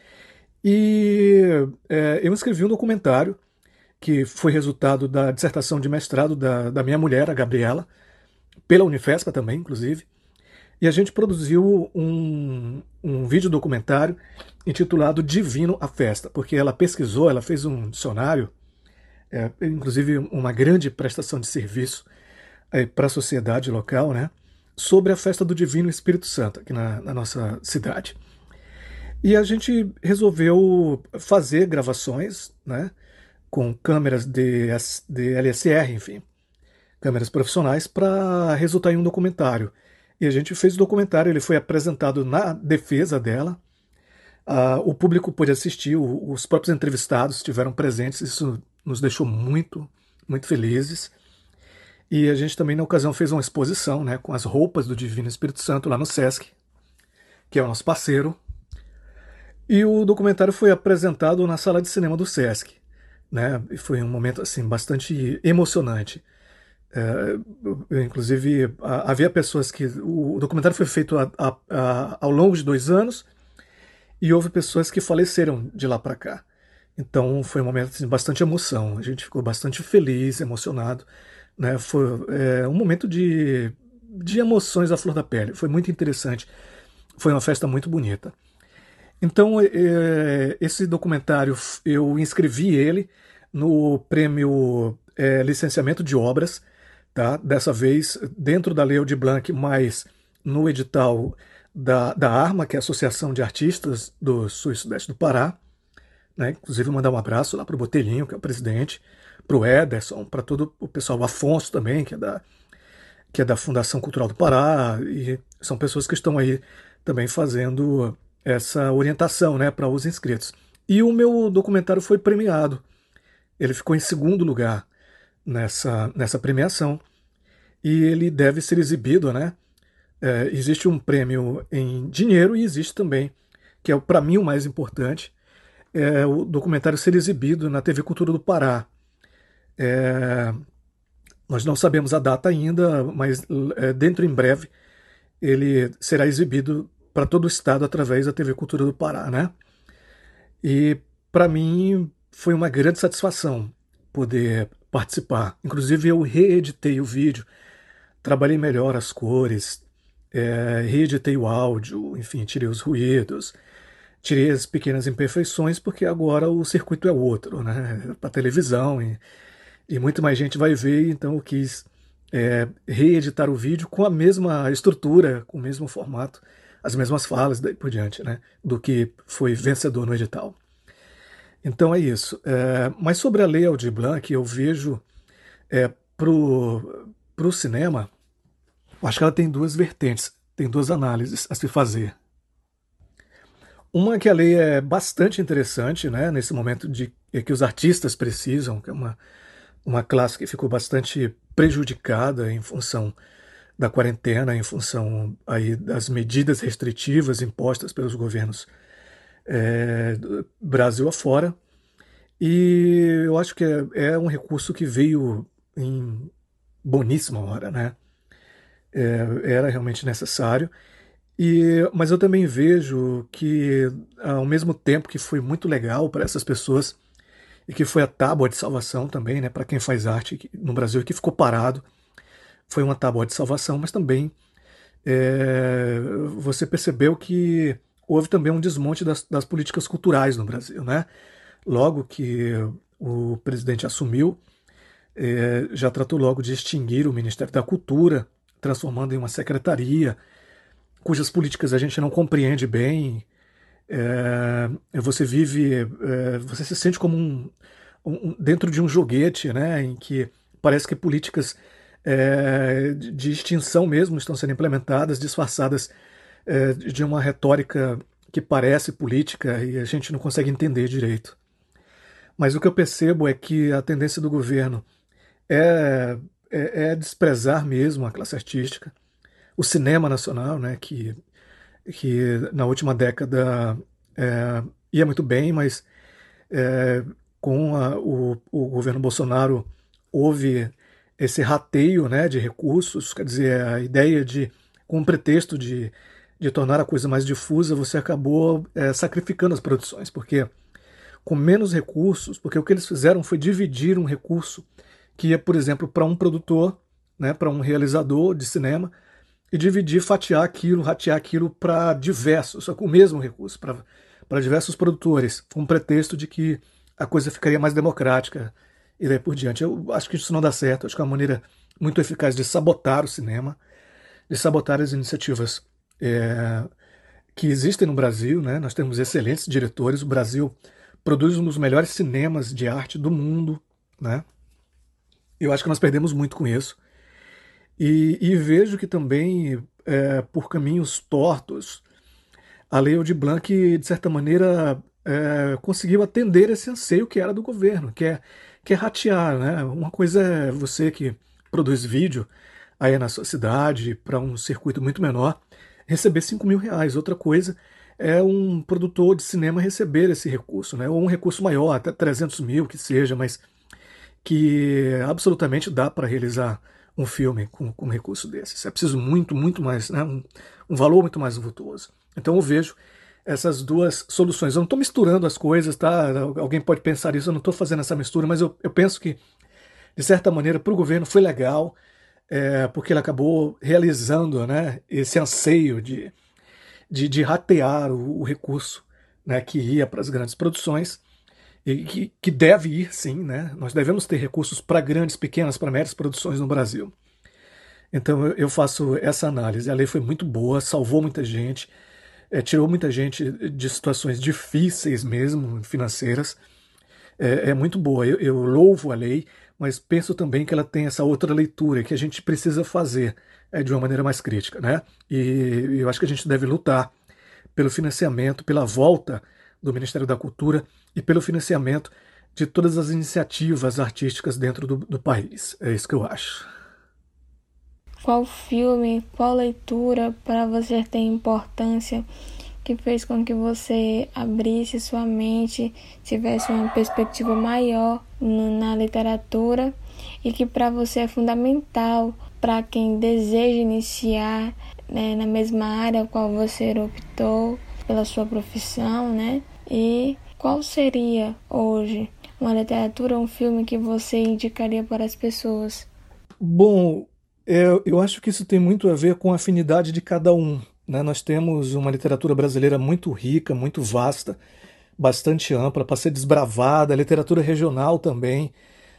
E eu escrevi um documentário que foi resultado da dissertação de mestrado da minha mulher, a Gabriela, pela Unifespa também, inclusive. E a gente produziu um vídeo documentário intitulado Divino a Festa, porque ela pesquisou, ela fez um dicionário, inclusive uma grande prestação de serviço para a sociedade local, né, sobre a festa do Divino Espírito Santo, aqui na nossa cidade. E a gente resolveu fazer gravações, né, com câmeras de LSR, enfim, câmeras profissionais, para resultar em um documentário. E a gente fez o documentário, ele foi apresentado na defesa dela, o público pôde assistir, os próprios entrevistados estiveram presentes, isso nos deixou muito, muito felizes. E a gente também, na ocasião, fez uma exposição, né, com as roupas do Divino Espírito Santo lá no SESC, que é o nosso parceiro. E o documentário foi apresentado na sala de cinema do SESC, né? E foi um momento assim bastante emocionante. Inclusive, havia pessoas que... O documentário foi feito ao longo de 2 anos e houve pessoas que faleceram de lá para cá. Então foi um momento assim, bastante emoção. A gente ficou bastante feliz, emocionado, né? Foi um momento de emoções à flor da pele. Foi muito interessante foi uma festa muito bonita. Então, esse documentário, eu inscrevi ele no prêmio Licenciamento de Obras, tá? Dessa vez dentro da Lei Aldir Blanc, mas no edital da ARMA, que é a Associação de Artistas do Sul e Sudeste do Pará, né? Inclusive mandar um abraço lá para o Botelhinho, que é o presidente, para o Ederson, para todo o pessoal, o Afonso também, que é da Fundação Cultural do Pará, e são pessoas que estão aí também fazendo essa orientação, né, para os inscritos. E o meu documentário foi premiado. Ele ficou em segundo lugar nessa premiação. E ele deve ser exibido, né? Existe um prêmio em dinheiro e existe também, que é para mim o mais importante, o documentário ser exibido na TV Cultura do Pará. Nós não sabemos a data ainda, mas dentro em breve ele será exibido para todo o estado através da TV Cultura do Pará, né? E para mim foi uma grande satisfação poder participar. Inclusive eu reeditei o vídeo, trabalhei melhor as cores, reeditei o áudio, enfim, tirei os ruídos, tirei as pequenas imperfeições, porque agora o circuito é outro, né? Para televisão e muito mais gente vai ver, então eu quis reeditar o vídeo com a mesma estrutura, com o mesmo formato, as mesmas falas, daí por diante, né? Do que foi vencedor no edital. Então é isso. Mas sobre a Lei Aldir Blanc, eu vejo pro cinema, eu acho que ela tem duas vertentes, tem duas análises a se fazer. Uma que a lei é bastante interessante, né, nesse momento que os artistas precisam, que é uma classe que ficou bastante prejudicada em função da quarentena, em função aí das medidas restritivas impostas pelos governos do Brasil afora. E eu acho que é um recurso que veio em boníssima hora, né? Era realmente necessário. Mas eu também vejo que, ao mesmo tempo que foi muito legal para essas pessoas, e que foi a tábua de salvação também, né, para quem faz arte no Brasil, que ficou parado, foi uma tábua de salvação, mas também você percebeu que houve também um desmonte das políticas culturais no Brasil, né? Logo que o presidente assumiu, já tratou logo de extinguir o Ministério da Cultura, transformando em uma secretaria, cujas políticas a gente não compreende bem. Você você se sente como dentro de um joguete, né, em que parece que políticas de extinção mesmo estão sendo implementadas, disfarçadas de uma retórica que parece política e a gente não consegue entender direito. Mas o que eu percebo é que a tendência do governo é desprezar mesmo a classe artística, o cinema nacional, né, que na última década ia muito bem, mas com o governo Bolsonaro houve esse rateio, né, de recursos, quer dizer, a ideia com o pretexto de tornar a coisa mais difusa, você acabou sacrificando as produções, porque com menos recursos, porque o que eles fizeram foi dividir um recurso que ia, por exemplo, para um produtor, né, para um realizador de cinema, e dividir, fatiar aquilo, ratear aquilo para diversos, só com o mesmo recurso, para diversos produtores, com o pretexto de que a coisa ficaria mais democrática e daí por diante. Eu acho que isso não dá certo, acho que é uma maneira muito eficaz de sabotar o cinema, de sabotar as iniciativas que existem no Brasil, né? Nós temos excelentes diretores, o Brasil produz um dos melhores cinemas de arte do mundo, né? Eu acho que nós perdemos muito com isso. E vejo que também, por caminhos tortos, a Lei Aldir Blanc, de certa maneira, conseguiu atender esse anseio que era do governo, que é ratear, né? Uma coisa é você que produz vídeo aí na sua cidade, para um circuito muito menor, receber 5 mil reais. Outra coisa é um produtor de cinema receber esse recurso, né? Ou um recurso maior, até 300 mil que seja, mas que absolutamente dá para realizar um filme com um recurso desses. É preciso muito, muito mais, né? Um valor muito mais vultuoso. Então eu vejo essas duas soluções. Eu não estou misturando as coisas, tá? Alguém pode pensar isso, eu não estou fazendo essa mistura, mas eu penso que, de certa maneira, para o governo foi legal, porque ele acabou realizando, né, esse anseio de ratear o recurso, né, que ia para as grandes produções, e que deve ir sim, né? Nós devemos ter recursos para grandes, pequenas, para médias produções no Brasil. Então eu faço essa análise. A lei foi muito boa, salvou muita gente, tirou muita gente de situações difíceis mesmo, financeiras. É muito boa. Eu louvo a lei, mas penso também que ela tem essa outra leitura que a gente precisa fazer de uma maneira mais crítica, né? E eu acho que a gente deve lutar pelo financiamento, pela volta do Ministério da Cultura e pelo financiamento de todas as iniciativas artísticas dentro do país. É isso que eu acho. Qual filme, qual leitura para você tem importância, que fez com que você abrisse sua mente, tivesse uma perspectiva maior na literatura e que para você é fundamental para quem deseja iniciar, né, na mesma área qual você optou pela sua profissão, né? E qual seria hoje uma literatura ou um filme que você indicaria para as pessoas? Bom, eu acho que isso tem muito a ver com a afinidade de cada um, né? Nós temos uma literatura brasileira muito rica, muito vasta, bastante ampla para ser desbravada, a literatura regional também,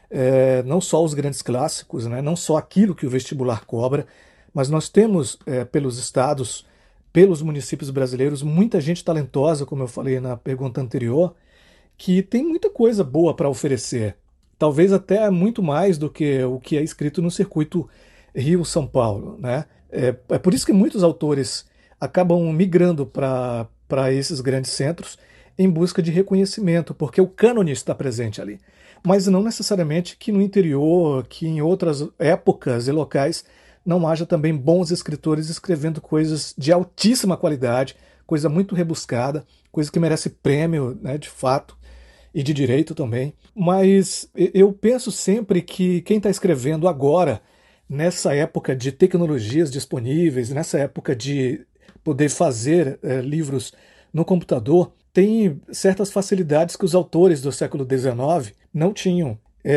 não só os grandes clássicos, né? Não só aquilo que o vestibular cobra, mas nós temos pelos estados, pelos municípios brasileiros, muita gente talentosa, como eu falei na pergunta anterior, que tem muita coisa boa para oferecer. Talvez até muito mais do que o que é escrito no circuito Rio-São Paulo, né? É por isso que muitos autores acabam migrando para esses grandes centros em busca de reconhecimento, porque o cânone está presente ali. Mas não necessariamente que no interior, que em outras épocas e locais não haja também bons escritores escrevendo coisas de altíssima qualidade, coisa muito rebuscada, coisa que merece prêmio, né, de fato, e de direito também. Mas eu penso sempre que quem está escrevendo agora, nessa época de tecnologias disponíveis, nessa época de poder fazer livros no computador, tem certas facilidades que os autores do século XIX não tinham.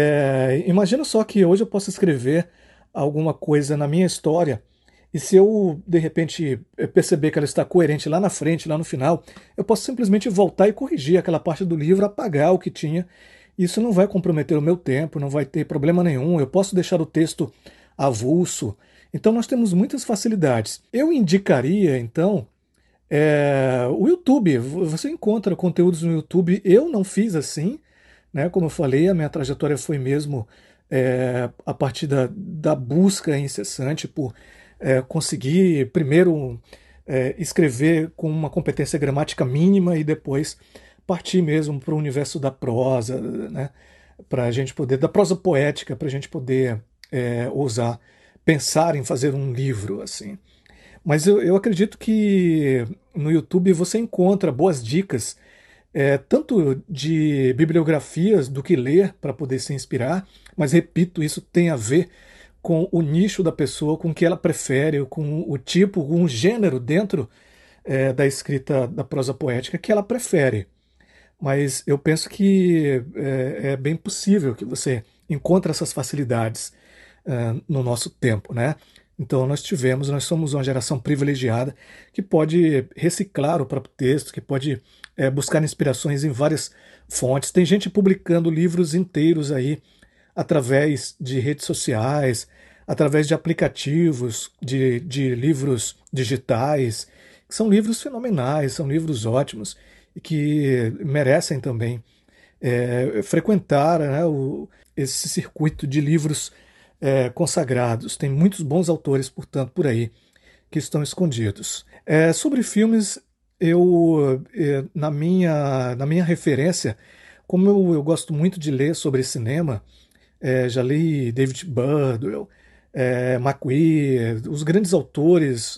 Imagina só que hoje eu posso escrever alguma coisa na minha história e se eu, de repente, perceber que ela está coerente lá na frente, lá no final, eu posso simplesmente voltar e corrigir aquela parte do livro, apagar o que tinha. Isso não vai comprometer o meu tempo, não vai ter problema nenhum. Eu posso deixar o texto avulso. Então nós temos muitas facilidades. Eu indicaria, então, o YouTube. Você encontra conteúdos no YouTube. Eu não fiz assim, né? Como eu falei, a minha trajetória foi mesmo a partir da busca incessante por conseguir primeiro escrever com uma competência gramática mínima e depois partir mesmo para o universo da prosa, né? Para a gente poder, da prosa poética, para a gente poder ousar pensar em fazer um livro assim. Mas eu acredito que no YouTube você encontra boas dicas, tanto de bibliografias do que ler para poder se inspirar, mas repito, isso tem a ver com o nicho da pessoa, com o que ela prefere, com o tipo, com o gênero dentro da escrita da prosa poética que ela prefere. Mas eu penso que é bem possível que você encontre essas facilidades no nosso tempo, né? Então nós somos uma geração privilegiada que pode reciclar o próprio texto, que pode buscar inspirações em várias fontes. Tem gente publicando livros inteiros aí através de redes sociais, através de aplicativos, de livros digitais, que são livros fenomenais, são livros ótimos e que merecem também frequentar, né, esse circuito de livros consagrados. Tem muitos bons autores, portanto, por aí que estão escondidos. Sobre filmes, na minha referência, como eu gosto muito de ler sobre cinema, já li David Burdwell, McQueen, os grandes autores,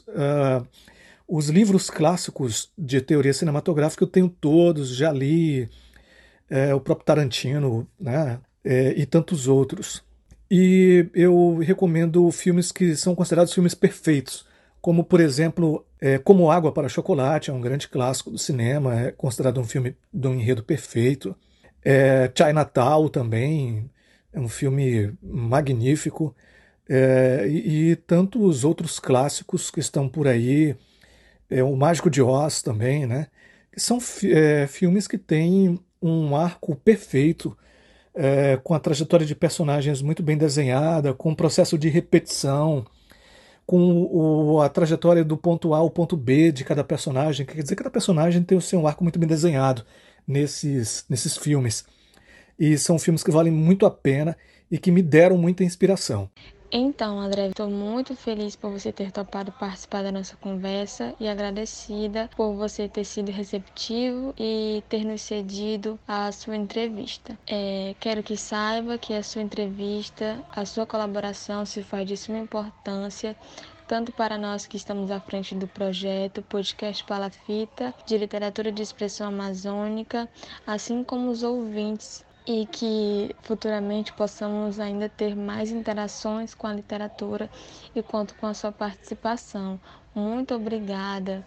os livros clássicos de teoria cinematográfica eu tenho todos, já li, o próprio Tarantino, né, e tantos outros. E eu recomendo filmes que são considerados filmes perfeitos, como, por exemplo, Como Água para Chocolate, é um grande clássico do cinema, é considerado um filme de um enredo perfeito. Chinatown também, é um filme magnífico. E tantos outros clássicos que estão por aí, O Mágico de Oz também, né? Que são filmes que têm um arco perfeito, com a trajetória de personagens muito bem desenhada, com um processo de repetição, com a trajetória do ponto A ao ponto B de cada personagem. Quer dizer, cada personagem tem o seu arco muito bem desenhado nesses filmes. E são filmes que valem muito a pena e que me deram muita inspiração. Então, André, estou muito feliz por você ter topado participar da nossa conversa e agradecida por você ter sido receptivo e ter nos cedido a sua entrevista. Quero que saiba que a sua entrevista, a sua colaboração se faz de suma importância, tanto para nós que estamos à frente do projeto Podcast Palafita, de Literatura de Expressão Amazônica, assim como os ouvintes, e que futuramente possamos ainda ter mais interações com a literatura e conto com a sua participação. Muito obrigada.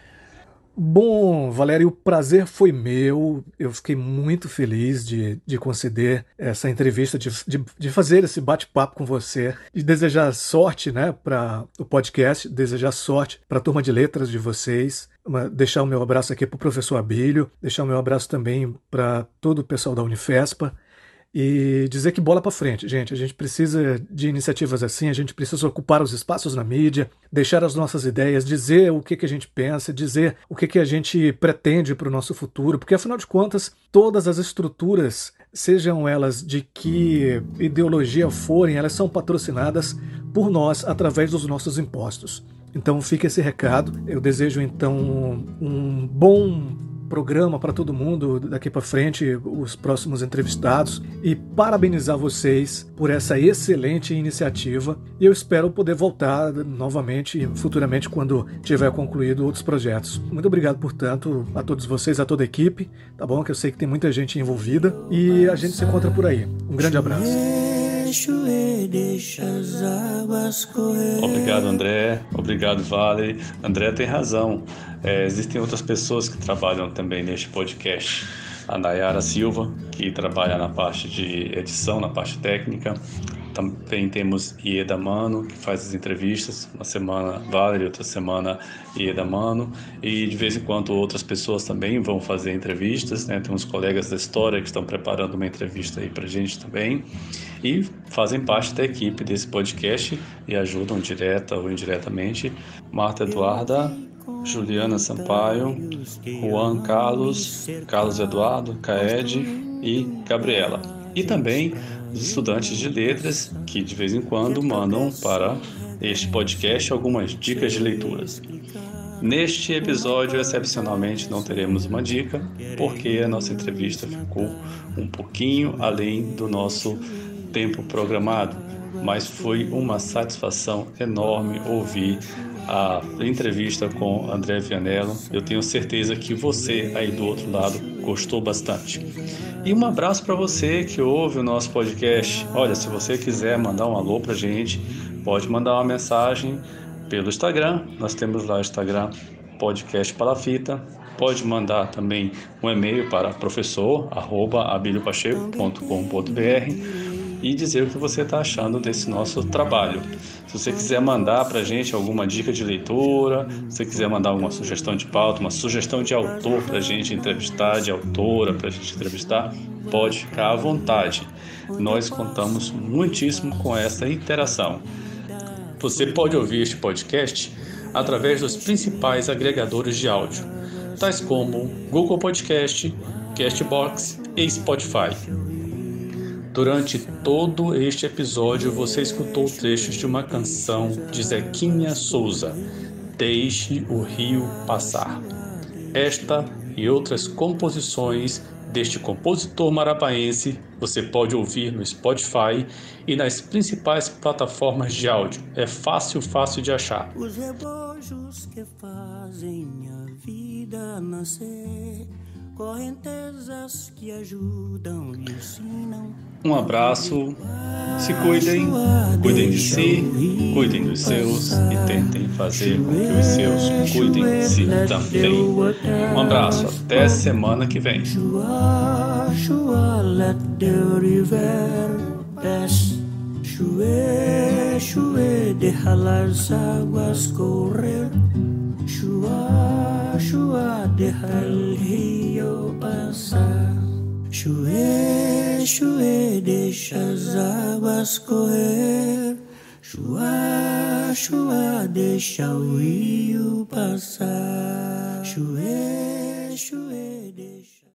Bom, Valério, o prazer foi meu. Eu fiquei muito feliz de conceder essa entrevista, de fazer esse bate-papo com você, e desejar sorte, né, para o podcast, desejar sorte para a turma de letras de vocês. Deixar o meu abraço aqui para o professor Abílio, deixar o meu abraço também para todo o pessoal da Unifespa. E dizer que bola para frente, gente. A gente precisa de iniciativas assim, a gente precisa ocupar os espaços na mídia, deixar as nossas ideias, dizer o que a gente pensa, dizer o que a gente pretende para o nosso futuro, porque afinal de contas, todas as estruturas, sejam elas de que ideologia forem, elas são patrocinadas por nós através dos nossos impostos. Então fica esse recado. Eu desejo então um bom programa para todo mundo daqui para frente, os próximos entrevistados, e parabenizar vocês por essa excelente iniciativa, e eu espero poder voltar novamente futuramente quando tiver concluído outros projetos. Muito obrigado, portanto, a todos vocês, a toda a equipe, tá bom? Que eu sei que tem muita gente envolvida, e a gente se encontra por aí. Um grande abraço. Obrigado, André. Obrigado, Valery. André tem razão. Existem outras pessoas que trabalham também neste podcast. A Nayara Silva, que trabalha na parte de edição, na parte técnica. Também temos Ieda Mano, que faz as entrevistas. Uma semana Valery, outra semana Ieda Mano. E de vez em quando outras pessoas também vão fazer entrevistas, né? Tem uns colegas da história que estão preparando uma entrevista aí pra gente também. E fazem parte da equipe desse podcast e ajudam direta ou indiretamente Marta Eduarda, Juliana Sampaio, Juan Carlos, Carlos Eduardo, Caed e Gabriela. E também os estudantes de letras que de vez em quando mandam para este podcast algumas dicas de leituras. Neste episódio, excepcionalmente, não teremos uma dica, porque a nossa entrevista ficou um pouquinho além do nosso tempo programado, mas foi uma satisfação enorme ouvir a entrevista com André Vianello. Eu tenho certeza que você aí do outro lado gostou bastante. E um abraço para você que ouve o nosso podcast. Olha, se você quiser mandar um alô para a gente, pode mandar uma mensagem pelo Instagram. Nós temos lá o Instagram Podcast Palafita. Pode mandar também um e-mail para professor@abiliopacheco.com.br e dizer o que você está achando desse nosso trabalho. Se você quiser mandar para a gente alguma dica de leitura, se você quiser mandar alguma sugestão de pauta, uma sugestão de autor para a gente entrevistar, de autora para a gente entrevistar, pode ficar à vontade. Nós contamos muitíssimo com essa interação. Você pode ouvir este podcast através dos principais agregadores de áudio, tais como Google Podcast, Castbox e Spotify. Durante todo este episódio, você escutou trechos de uma canção de Zequinha Souza, Deixe o Rio Passar. Esta e outras composições deste compositor marapaense você pode ouvir no Spotify e nas principais plataformas de áudio. É fácil de achar. Os rebojos que fazem a vida nascer, correntezas que ajudam e ensinam. Um abraço, se cuidem, cuidem de si, cuidem dos seus e tentem fazer com que os seus cuidem de si também. Um abraço, até semana que vem. Let the river pass. Shue, déjala las aguas correr. Shue, Chua, chua, deixa o rio passar. Chue, chue, deixa as águas correr. Chua, chua, deixa o rio passar. Chue, chue, deixa.